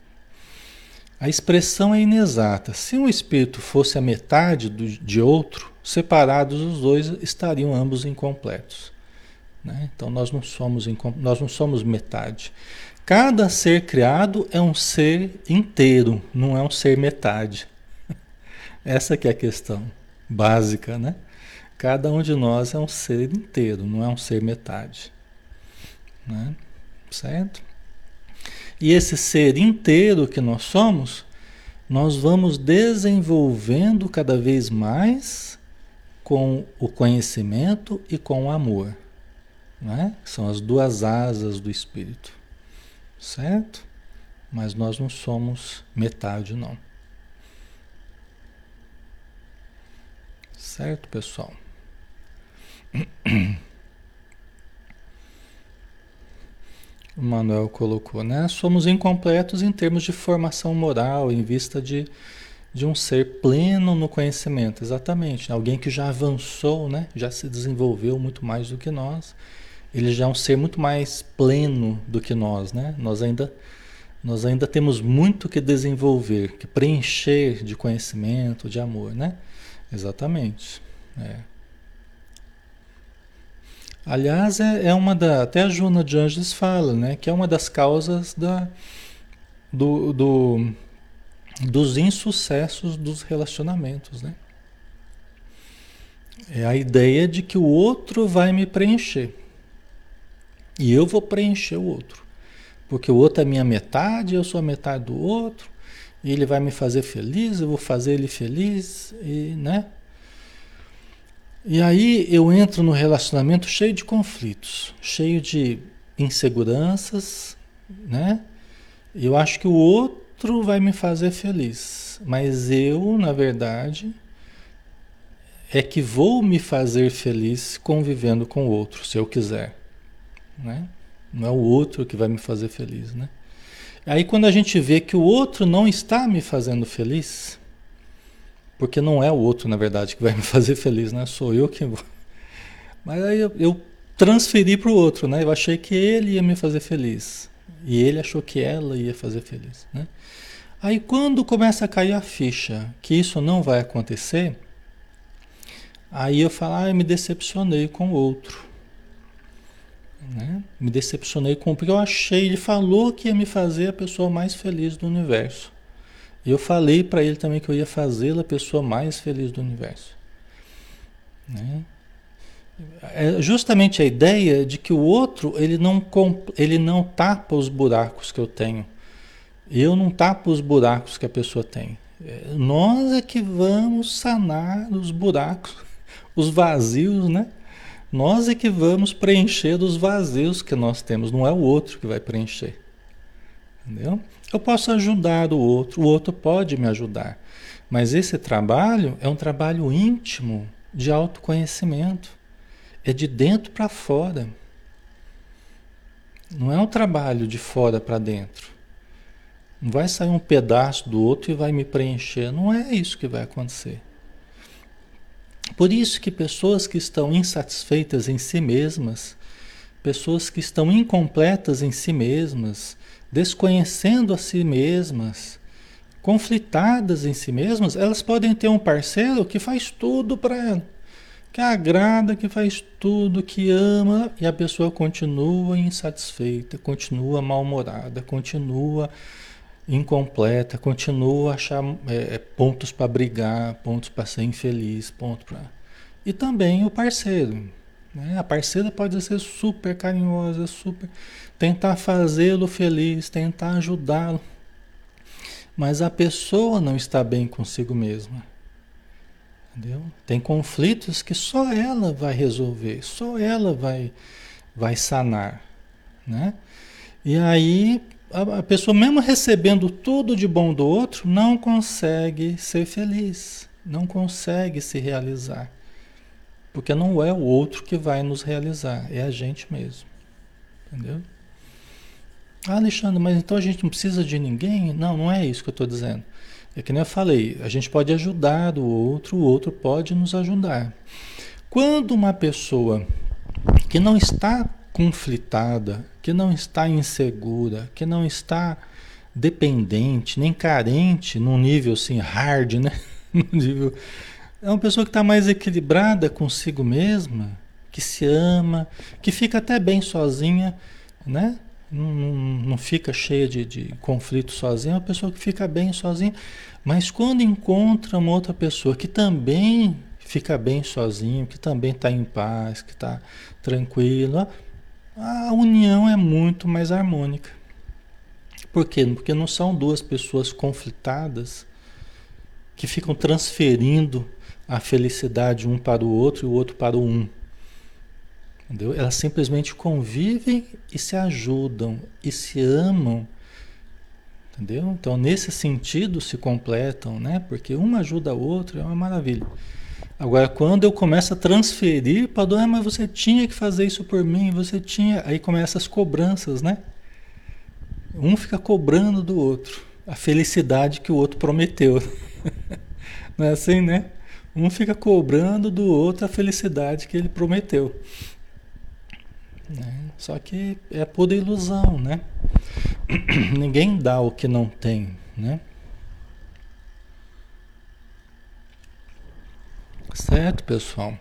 A expressão é inexata. Se um espírito fosse a metade de outro, separados os dois estariam ambos incompletos. Né? Então nós não somos metade. Cada ser criado é um ser inteiro, não é um ser metade. Essa que é a questão básica, né? Cada um de nós é um ser inteiro, não é um ser metade. Né? Certo? E esse ser inteiro que nós somos, nós vamos desenvolvendo cada vez mais com o conhecimento e com o amor. Né? São as duas asas do espírito. Certo? Mas nós não somos metade, não. Certo, pessoal? O Manuel colocou, né? Somos incompletos em termos de formação moral, em vista de um ser pleno no conhecimento. Exatamente. Alguém que já avançou, né? Já se desenvolveu muito mais do que nós. Ele já é um ser muito mais pleno do que nós, né? Nós ainda temos muito que desenvolver, que preencher de conhecimento, de amor, né? Exatamente. É. Aliás, até a Joana de Anjos fala, né? Que é uma das causas do, do, dos insucessos dos relacionamentos, né? É a ideia de que o outro vai me preencher. E eu vou preencher o outro. Porque o outro é minha metade, eu sou a metade do outro, e ele vai me fazer feliz, eu vou fazer ele feliz, e, né? E aí eu entro no relacionamento cheio de conflitos, cheio de inseguranças, né? Eu acho que o outro vai me fazer feliz, mas eu, na verdade, é que vou me fazer feliz convivendo com o outro, se eu quiser, né? Não é o outro que vai me fazer feliz, né? Aí quando a gente vê que o outro não está me fazendo feliz, porque não é o outro, na verdade, que vai me fazer feliz, né? Sou eu que vou. Mas aí eu transferi para o outro, né? Eu achei que ele ia me fazer feliz. E ele achou que ela ia fazer feliz, né? Aí quando começa a cair a ficha que isso não vai acontecer, aí eu falo, eu me decepcionei com o outro. Né? Me decepcionei com porque eu achei, ele falou que ia me fazer a pessoa mais feliz do universo. E eu falei para ele também que eu ia fazê-lo a pessoa mais feliz do universo, né? É justamente a ideia de que o outro ele não tapa os buracos que eu tenho. Eu não tapo os buracos que a pessoa tem. Nós é que vamos sanar os buracos, os vazios, né? Nós é que vamos preencher os vazios que nós temos, não é o outro que vai preencher. Entendeu? Eu posso ajudar o outro pode me ajudar. Mas esse trabalho é um trabalho íntimo de autoconhecimento. É de dentro para fora. Não é um trabalho de fora para dentro. Não vai sair um pedaço do outro e vai me preencher. Não é isso que vai acontecer. Por isso que pessoas que estão insatisfeitas em si mesmas, pessoas que estão incompletas em si mesmas, desconhecendo a si mesmas, conflitadas em si mesmas, elas podem ter um parceiro que faz tudo para ela, que agrada, que faz tudo, que ama, e a pessoa continua insatisfeita, continua mal-humorada, continua incompleta, continua a achar pontos para brigar, pontos para ser infeliz, ponto para... E também o parceiro, né? A parceira pode ser super carinhosa, super tentar fazê-lo feliz, tentar ajudá-lo, mas a pessoa não está bem consigo mesma, entendeu? Tem conflitos que só ela vai resolver, só ela vai sanar, né? E aí a pessoa, mesmo recebendo tudo de bom do outro, não consegue ser feliz, não consegue se realizar. Porque não é o outro que vai nos realizar, é a gente mesmo. Entendeu? Ah, Alexandre, mas então a gente não precisa de ninguém? Não, não é isso que eu estou dizendo. É que nem eu falei, a gente pode ajudar o outro pode nos ajudar. Quando uma pessoa que não está conflitada, que não está insegura, que não está dependente, nem carente, num nível assim hard, né? Num nível, é uma pessoa que está mais equilibrada consigo mesma, que se ama, que fica até bem sozinha, né? Não fica cheia de conflito sozinha, é uma pessoa que fica bem sozinha, mas quando encontra uma outra pessoa que também fica bem sozinho, que também está em paz, que está tranquilo, a união é muito mais harmônica. Por quê? Porque não são duas pessoas conflitadas que ficam transferindo a felicidade um para o outro e o outro para o um. Entendeu? Elas simplesmente convivem e se ajudam e se amam. Entendeu? Então, nesse sentido, se completam, né? Porque uma ajuda a outra, é uma maravilha. Agora, quando eu começo a transferir para do, mas você tinha que fazer isso por mim, você tinha... Aí começam as cobranças, né? Um fica cobrando do outro a felicidade que o outro prometeu. Não é assim, né? Um fica cobrando do outro a felicidade que ele prometeu. Né? Só que é pura ilusão, né? Ninguém dá o que não tem, né? Certo, pessoal?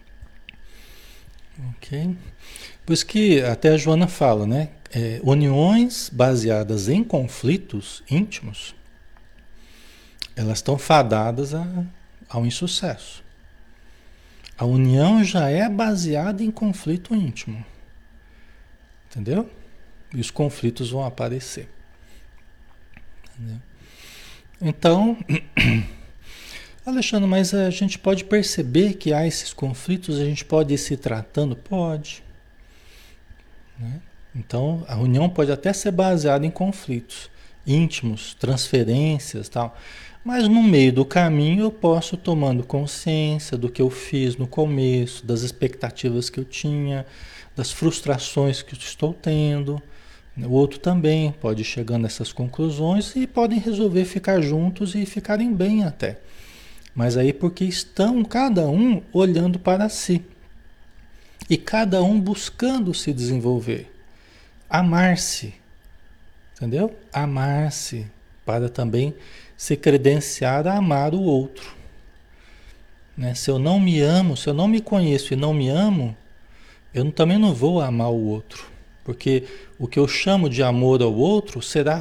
Ok. Por isso que até a Joana fala, né? Uniões baseadas em conflitos íntimos, elas estão fadadas ao insucesso. A união já é baseada em conflito íntimo. Entendeu? E os conflitos vão aparecer. Entendeu? Então, Alexandre, mas a gente pode perceber que há esses conflitos, a gente pode ir se tratando? Pode. Né? Então, a união pode até ser baseada em conflitos íntimos, transferências, tal. Mas no meio do caminho eu posso tomando consciência do que eu fiz no começo, das expectativas que eu tinha, das frustrações que eu estou tendo. O outro também pode ir chegando a essas conclusões e podem resolver ficar juntos e ficarem bem até. Mas aí porque estão cada um olhando para si. E cada um buscando se desenvolver. Amar-se. Entendeu? Amar-se para também se credenciar a amar o outro. Né? Se eu não me amo, se eu não me conheço e não me amo, eu também não vou amar o outro. Porque o que eu chamo de amor ao outro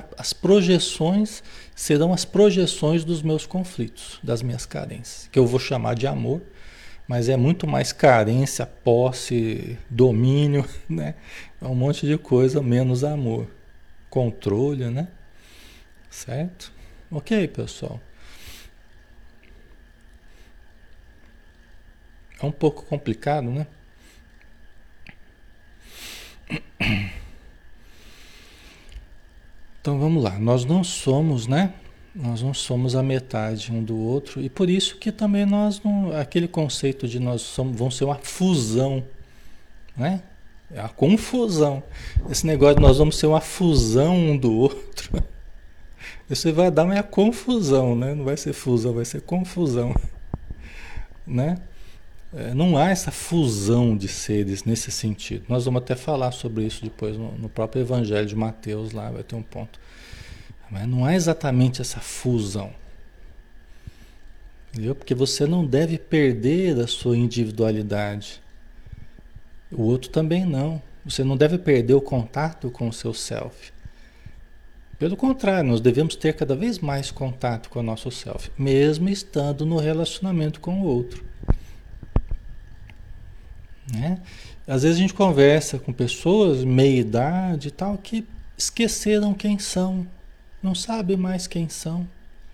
serão as projeções dos meus conflitos, das minhas carências, que eu vou chamar de amor, mas é muito mais carência, posse, domínio, né? É um monte de coisa menos amor, controle, né? Certo? Ok, pessoal. É um pouco complicado, né? Então vamos lá. Nós não somos, né? Nós não somos a metade um do outro e por isso que também nós não, aquele conceito de nós somos, vão ser uma fusão, né? É a confusão. Esse negócio de nós vamos ser uma fusão um do outro. Isso vai dar uma confusão, né? Não vai ser fusão, vai ser confusão, né? Não há essa fusão de seres nesse sentido. Nós vamos até falar sobre isso depois no próprio Evangelho de Mateus, lá vai ter um ponto. Mas não há exatamente essa fusão. Entendeu? Porque você não deve perder a sua individualidade. O outro também não. Você não deve perder o contato com o seu self. Pelo contrário, nós devemos ter cada vez mais contato com o nosso self, mesmo estando no relacionamento com o outro. Né? Às vezes a gente conversa com pessoas, meia idade e tal, que esqueceram quem são, não sabem mais quem são.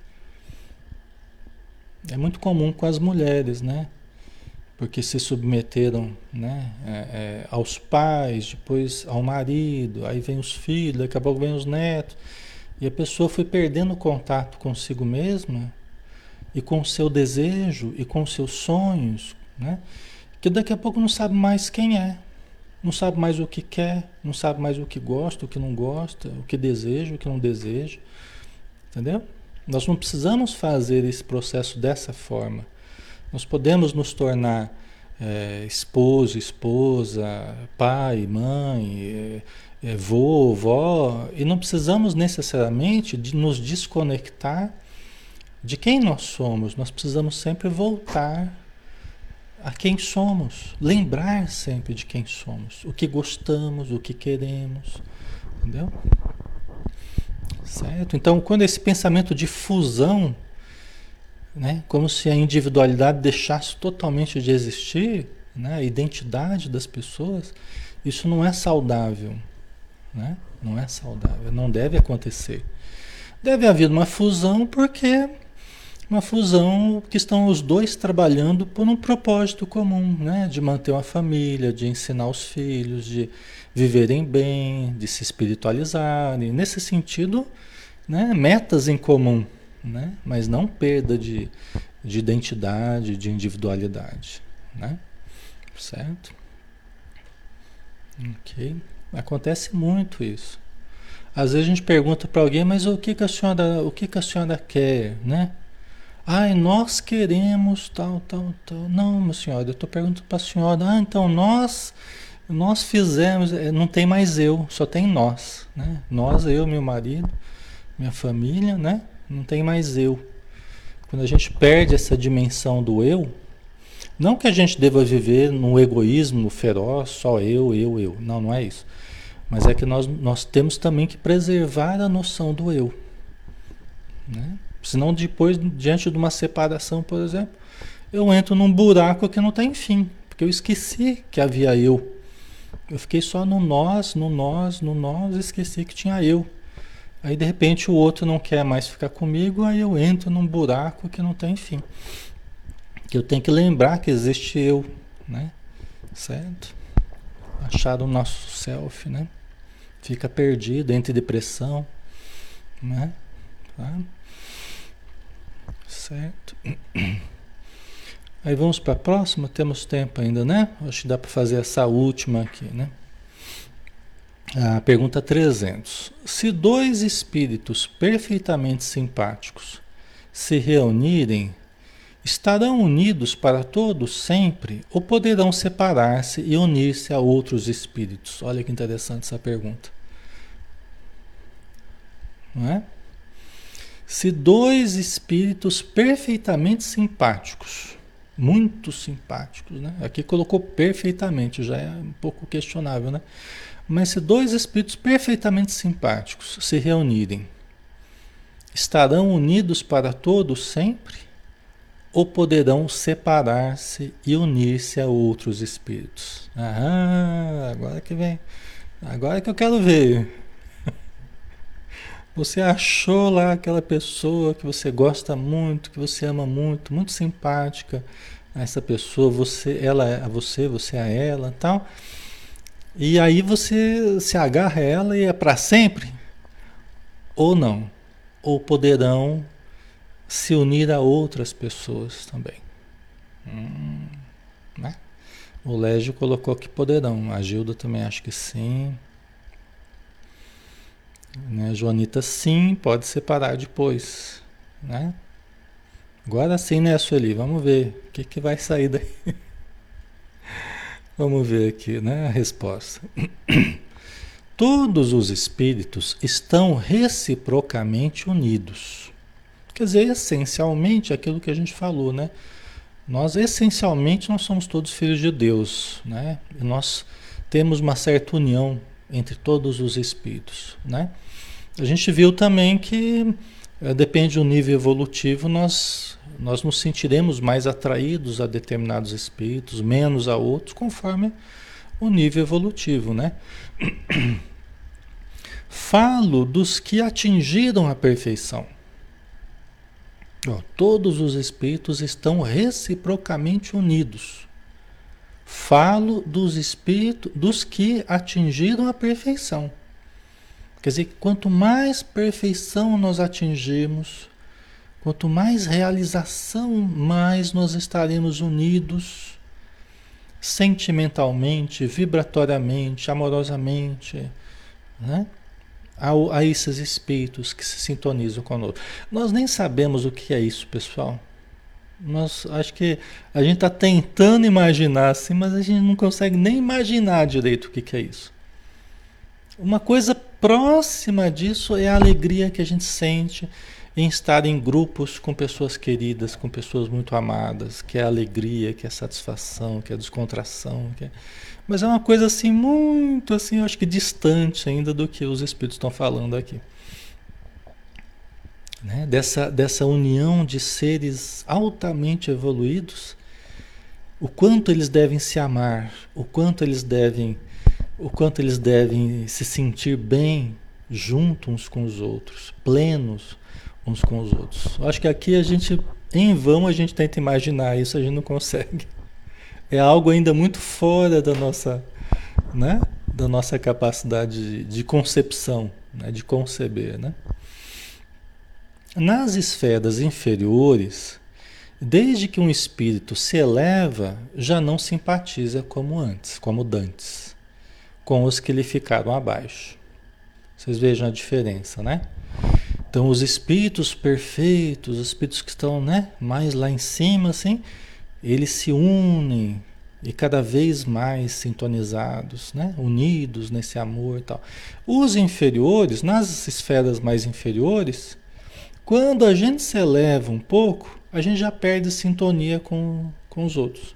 É muito comum com as mulheres, né? Porque se submeteram, né, aos pais, depois ao marido, aí vem os filhos, daqui a pouco vem os netos, e a pessoa foi perdendo contato consigo mesma e com o seu desejo e com os seus sonhos, né? Que daqui a pouco não sabe mais quem é, não sabe mais o que quer, não sabe mais o que gosta, o que não gosta, o que deseja, o que não deseja, entendeu? Nós não precisamos fazer esse processo dessa forma. Nós podemos nos tornar esposo, esposa, pai, mãe, vô, vó, e não precisamos necessariamente de nos desconectar de quem nós somos. Nós precisamos sempre voltar a quem somos, lembrar sempre de quem somos, o que gostamos, o que queremos, entendeu? Certo? Então, quando esse pensamento de fusão, né, como se a individualidade deixasse totalmente de existir, né, a identidade das pessoas, isso não é saudável, né? Não é saudável, não deve acontecer. Deve haver uma fusão porque uma fusão que estão os dois trabalhando por um propósito comum, né? De manter uma família, de ensinar os filhos, de viverem bem, de se espiritualizarem. Nesse sentido, né? Metas em comum, né? Mas não perda de identidade, de individualidade, né? Certo? Ok. Acontece muito isso. Às vezes a gente pergunta para alguém, mas o que que a senhora quer, né? Ai, nós queremos tal, tal, tal. Não, minha senhora, eu estou perguntando para a senhora. Ah, então nós fizemos, não tem mais eu, só tem nós, né? Nós, eu, meu marido, minha família, né? Não tem mais eu. Quando a gente perde essa dimensão do eu, não que a gente deva viver num egoísmo feroz, só eu. Não, não é isso. Mas é que nós temos também que preservar a noção do eu, né? Senão depois, diante de uma separação, por exemplo, eu entro num buraco que não tem fim, porque eu esqueci que havia eu. Eu fiquei só no nós, esqueci que tinha eu. Aí de repente o outro não quer mais ficar comigo, aí eu entro num buraco que não tem fim. Que eu tenho que lembrar que existe eu, né? Certo? Achar o nosso self, né? Fica perdido, entra em depressão, né? Tá? Certo. Aí vamos para a próxima, temos tempo ainda, né? Acho que dá para fazer essa última aqui, né? A pergunta 300. Se dois espíritos perfeitamente simpáticos se reunirem, estarão unidos para todos sempre ou poderão separar-se e unir-se a outros espíritos? Olha que interessante essa pergunta. Não é? Se dois espíritos perfeitamente simpáticos, muito simpáticos, né? Aqui colocou perfeitamente, já é um pouco questionável, né? Mas se dois espíritos perfeitamente simpáticos se reunirem, estarão unidos para todos sempre? Ou poderão separar-se e unir-se a outros espíritos? Ah, agora que vem. Agora que eu quero ver. Você achou lá aquela pessoa que você gosta muito, que você ama muito, muito simpática. Essa pessoa, você, ela é a você, você é a ela, tal. E aí você se agarra a ela e é para sempre? Ou não? Ou poderão se unir a outras pessoas também? Né? O Légio colocou que poderão. A Gilda também acha que sim. Né? Joanita, sim, pode separar depois. Né? Agora sim, né, Sueli? Vamos ver o que vai sair daí. Vamos ver aqui, né, a resposta. Todos os espíritos estão reciprocamente unidos. Quer dizer, essencialmente aquilo que a gente falou, né? Nós, essencialmente, nós somos todos filhos de Deus, né? E nós temos uma certa união entre todos os espíritos, né? A gente viu também que depende do nível evolutivo, nós nos sentiremos mais atraídos a determinados espíritos, menos a outros, conforme o nível evolutivo, né? Falo dos que atingiram a perfeição. Ó, todos os espíritos estão reciprocamente unidos. Falo dos espíritos, dos que atingiram a perfeição. Quer dizer, quanto mais perfeição nós atingirmos, quanto mais realização, mais nós estaremos unidos sentimentalmente, vibratoriamente, amorosamente, né? A esses espíritos que se sintonizam conosco. Nós nem sabemos o que é isso, pessoal. Nós acho que a gente está tentando imaginar assim, mas a gente não consegue nem imaginar direito o que é isso. Uma coisa próxima disso é a alegria que a gente sente em estar em grupos com pessoas queridas, com pessoas muito amadas, que é a alegria, que é a satisfação, que é a descontração, que é... Mas é uma coisa assim, muito assim, eu acho que distante ainda do que os espíritos estão falando aqui. Né? Dessa união de seres altamente evoluídos, o quanto eles devem se amar, o quanto eles devem se sentir bem juntos uns com os outros, plenos uns com os outros. Eu acho que aqui a gente, em vão, a gente tenta imaginar isso, a gente não consegue. É algo ainda muito fora da nossa, né? Da nossa capacidade de concepção, né? De conceber, né? Nas esferas inferiores, desde que um espírito se eleva, já não simpatiza como antes, como dantes, com os que lhe ficaram abaixo. Vocês vejam a diferença, né? Então, os espíritos perfeitos, os espíritos que estão, né, mais lá em cima, assim, eles se unem e cada vez mais sintonizados, né, unidos nesse amor e tal. Os inferiores, nas esferas mais inferiores, quando a gente se eleva um pouco, a gente já perde sintonia com os outros.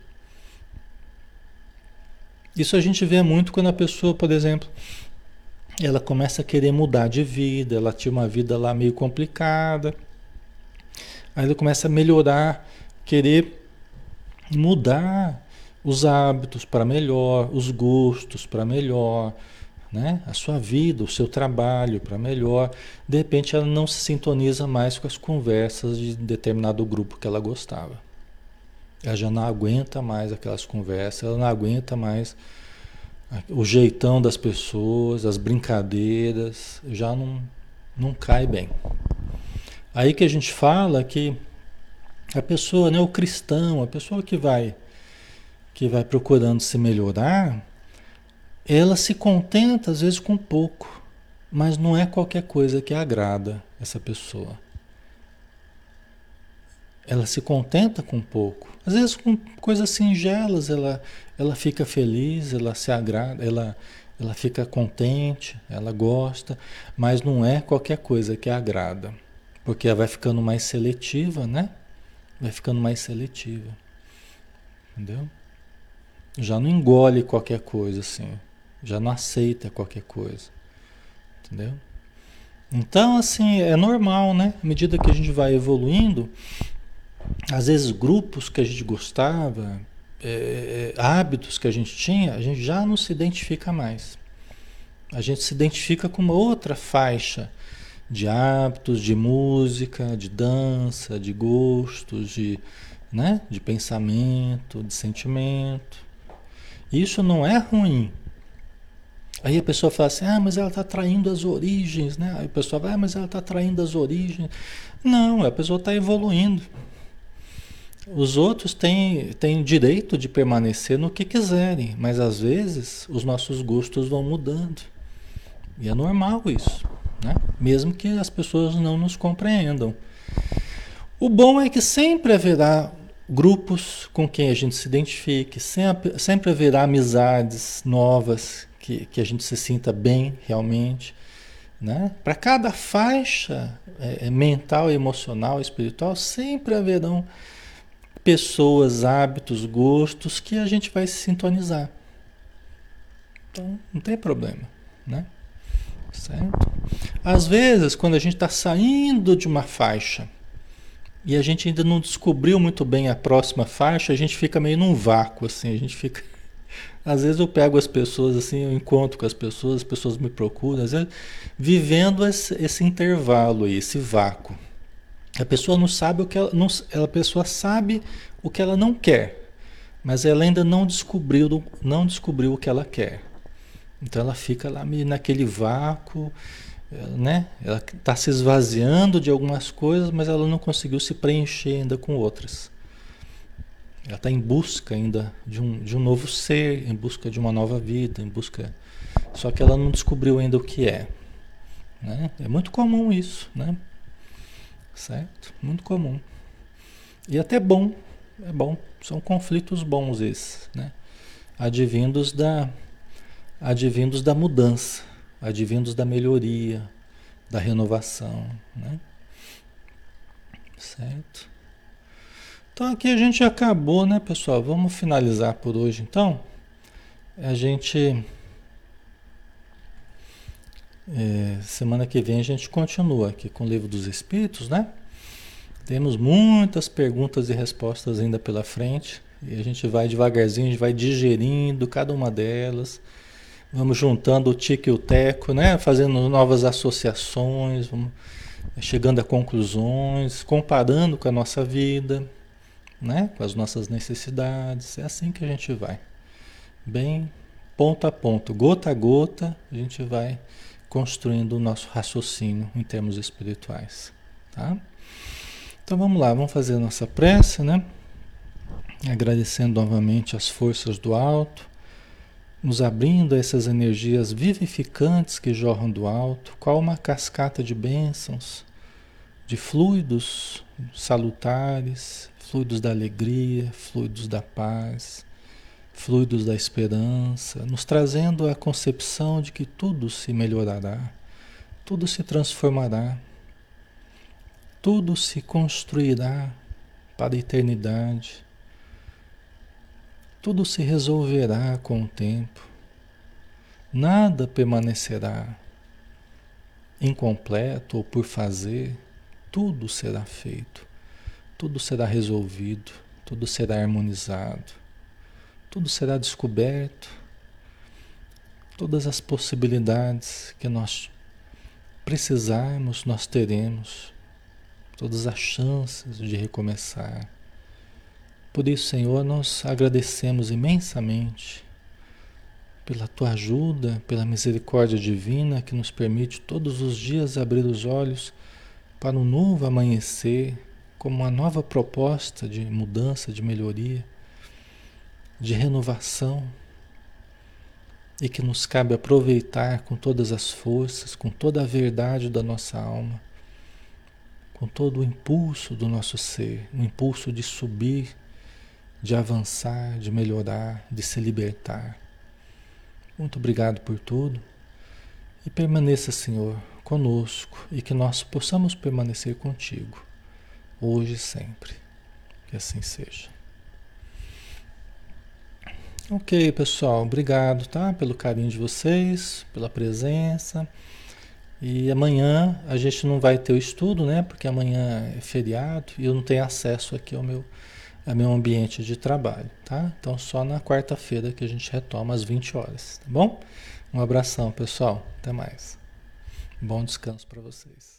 Isso a gente vê muito quando a pessoa, por exemplo, ela começa a querer mudar de vida, ela tinha uma vida lá meio complicada, aí ela começa a melhorar, querer mudar os hábitos para melhor, os gostos para melhor, né? A sua vida, o seu trabalho para melhor. De repente ela não se sintoniza mais com as conversas de determinado grupo que ela gostava. Ela já não aguenta mais aquelas conversas, ela não aguenta mais o jeitão das pessoas, as brincadeiras, já não cai bem. Aí que a gente fala que a pessoa, né, o cristão, a pessoa que vai procurando se melhorar, ela se contenta às vezes com pouco, mas não é qualquer coisa que agrada essa pessoa. Ela se contenta com pouco. Às vezes com coisas singelas ela fica feliz, ela se agrada, ela fica contente, ela gosta, mas não é qualquer coisa que agrada. Porque ela vai ficando mais seletiva, né? Vai ficando mais seletiva. entendeu? Já não engole qualquer coisa assim, já não aceita qualquer coisa, entendeu? Então, assim, é normal, né? À medida que a gente vai evoluindo, às vezes grupos que a gente gostava, hábitos que a gente tinha, a gente já não se identifica mais. A gente se identifica com uma outra faixa de hábitos, de música, de dança, de gostos, né? De pensamento, de sentimento. Isso não é ruim. Aí a pessoa fala assim, ah, mas ela está traindo as origens, né? Aí a pessoa vai, ah, mas ela está traindo as origens. Não, a pessoa está evoluindo. Os outros têm direito de permanecer no que quiserem, mas às vezes os nossos gostos vão mudando. E é normal isso, né? Mesmo que as pessoas não nos compreendam. O bom é que sempre haverá grupos com quem a gente se identifique, sempre haverá amizades novas que a gente se sinta bem realmente, né? Para cada faixa mental, emocional, espiritual, sempre haverão pessoas, hábitos, gostos que a gente vai se sintonizar. Então, não tem problema, né? Certo? Às vezes, quando a gente está saindo de uma faixa e a gente ainda não descobriu muito bem a próxima faixa, a gente fica meio num vácuo, assim, a gente fica... Às vezes eu pego as pessoas, assim, eu encontro com as pessoas me procuram, às vezes vivendo esse intervalo aí, esse vácuo. A pessoa não sabe o que ela... Não, a pessoa sabe o que ela não quer, mas ela ainda não descobriu o que ela quer. Então ela fica lá meio naquele vácuo, né? Ela está se esvaziando de algumas coisas, mas ela não conseguiu se preencher ainda com outras. Ela está em busca ainda de um novo ser, em busca de uma nova vida, em busca. Só que ela não descobriu ainda o que é, né? É muito comum isso, né? Certo? Muito comum. E até bom, é bom. São conflitos bons esses, né? Advindos da mudança, advindos da melhoria, da renovação, né? Certo? Então aqui a gente acabou, né, pessoal? Vamos finalizar por hoje, então. A gente semana que vem a gente continua aqui com o Livro dos Espíritos, né? Temos muitas perguntas e respostas ainda pela frente e a gente vai devagarzinho, a gente vai digerindo cada uma delas. Vamos juntando o tique e o teco, né? Fazendo novas associações, vamos chegando a conclusões, comparando com a nossa vida, né? Com as nossas necessidades. É assim que a gente vai. Bem ponto a ponto, gota a gota, a gente vai construindo o nosso raciocínio em termos espirituais, tá? Então vamos lá, vamos fazer a nossa prece, né? Agradecendo novamente as forças do alto, nos abrindo a essas energias vivificantes que jorram do alto, qual uma cascata de bênçãos, de fluidos salutares, fluidos da alegria, fluidos da paz, fluidos da esperança, nos trazendo a concepção de que tudo se melhorará, tudo se transformará, tudo se construirá para a eternidade, tudo se resolverá com o tempo, nada permanecerá incompleto ou por fazer, tudo será feito, tudo será resolvido, tudo será harmonizado, tudo será descoberto, todas as possibilidades que nós precisarmos, nós teremos, todas as chances de recomeçar. Por isso, Senhor, nós agradecemos imensamente pela Tua ajuda, pela misericórdia divina que nos permite todos os dias abrir os olhos para um novo amanhecer, como uma nova proposta de mudança, de melhoria, de renovação, e que nos cabe aproveitar com todas as forças, com toda a verdade da nossa alma, com todo o impulso do nosso ser, o impulso de subir, de avançar, de melhorar, de se libertar. Muito obrigado por tudo e permaneça, Senhor, conosco e que nós possamos permanecer contigo, hoje e sempre. Que assim seja. Ok, pessoal, obrigado, tá? Pelo carinho de vocês, pela presença. E amanhã a gente não vai ter o estudo, né? Porque amanhã é feriado e eu não tenho acesso aqui ao meu ambiente de trabalho, tá? Então só na quarta-feira que a gente retoma às 20 horas, tá bom? Um abração, pessoal. Até mais. Bom descanso para vocês.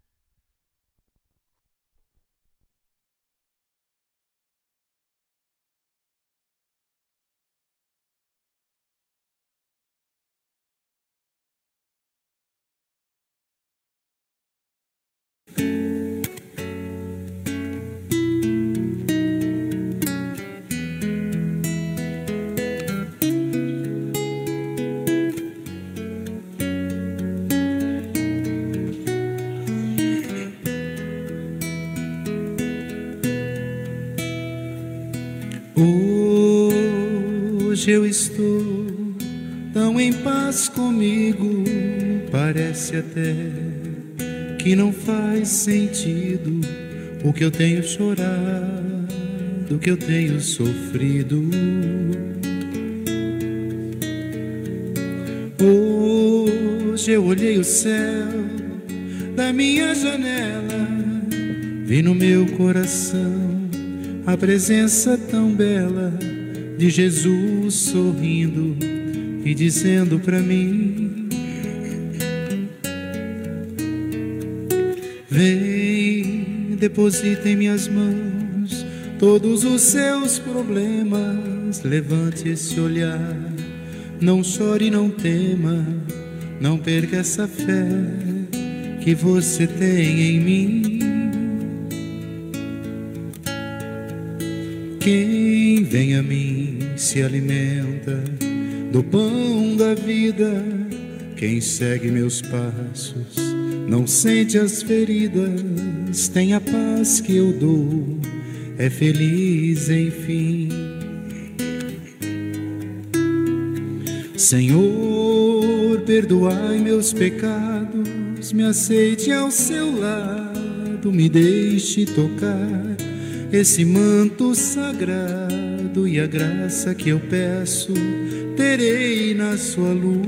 Hoje eu estou tão em paz comigo, parece até que não faz sentido o que eu tenho chorado, o que eu tenho sofrido. Hoje eu olhei o céu da minha janela, vi no meu coração a presença tão bela de Jesus sorrindo e dizendo pra mim: vem, deposita em minhas mãos todos os seus problemas, levante esse olhar, não chore, não tema, não perca essa fé que você tem em mim. Quem vem a mim se alimenta do pão da vida. Quem segue meus passos não sente as feridas. Tem a paz que eu dou, é feliz enfim. Senhor, perdoai meus pecados, me aceite ao seu lado, me deixe tocar esse manto sagrado, e a graça que eu peço terei na sua luz.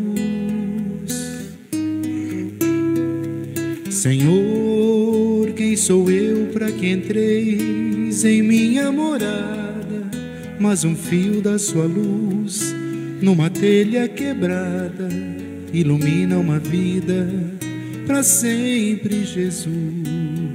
Senhor, quem sou eu para que entreis em minha morada? Mas um fio da sua luz numa telha quebrada ilumina uma vida para sempre, Jesus.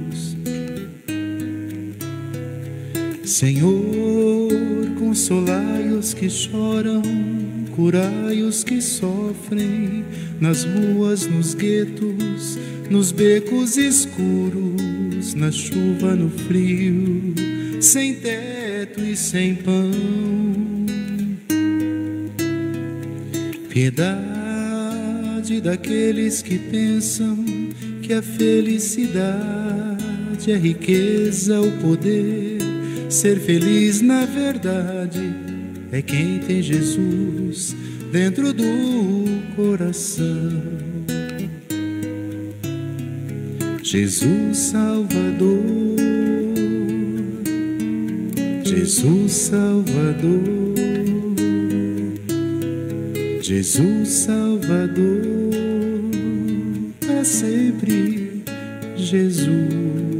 Senhor, consolai os que choram, curai os que sofrem, nas ruas, nos guetos, nos becos escuros, na chuva, no frio, sem teto e sem pão. Piedade daqueles que pensam que a felicidade é riqueza, o poder. Ser feliz na verdade é quem tem Jesus dentro do coração. Jesus Salvador, Jesus Salvador, Jesus Salvador, para sempre Jesus.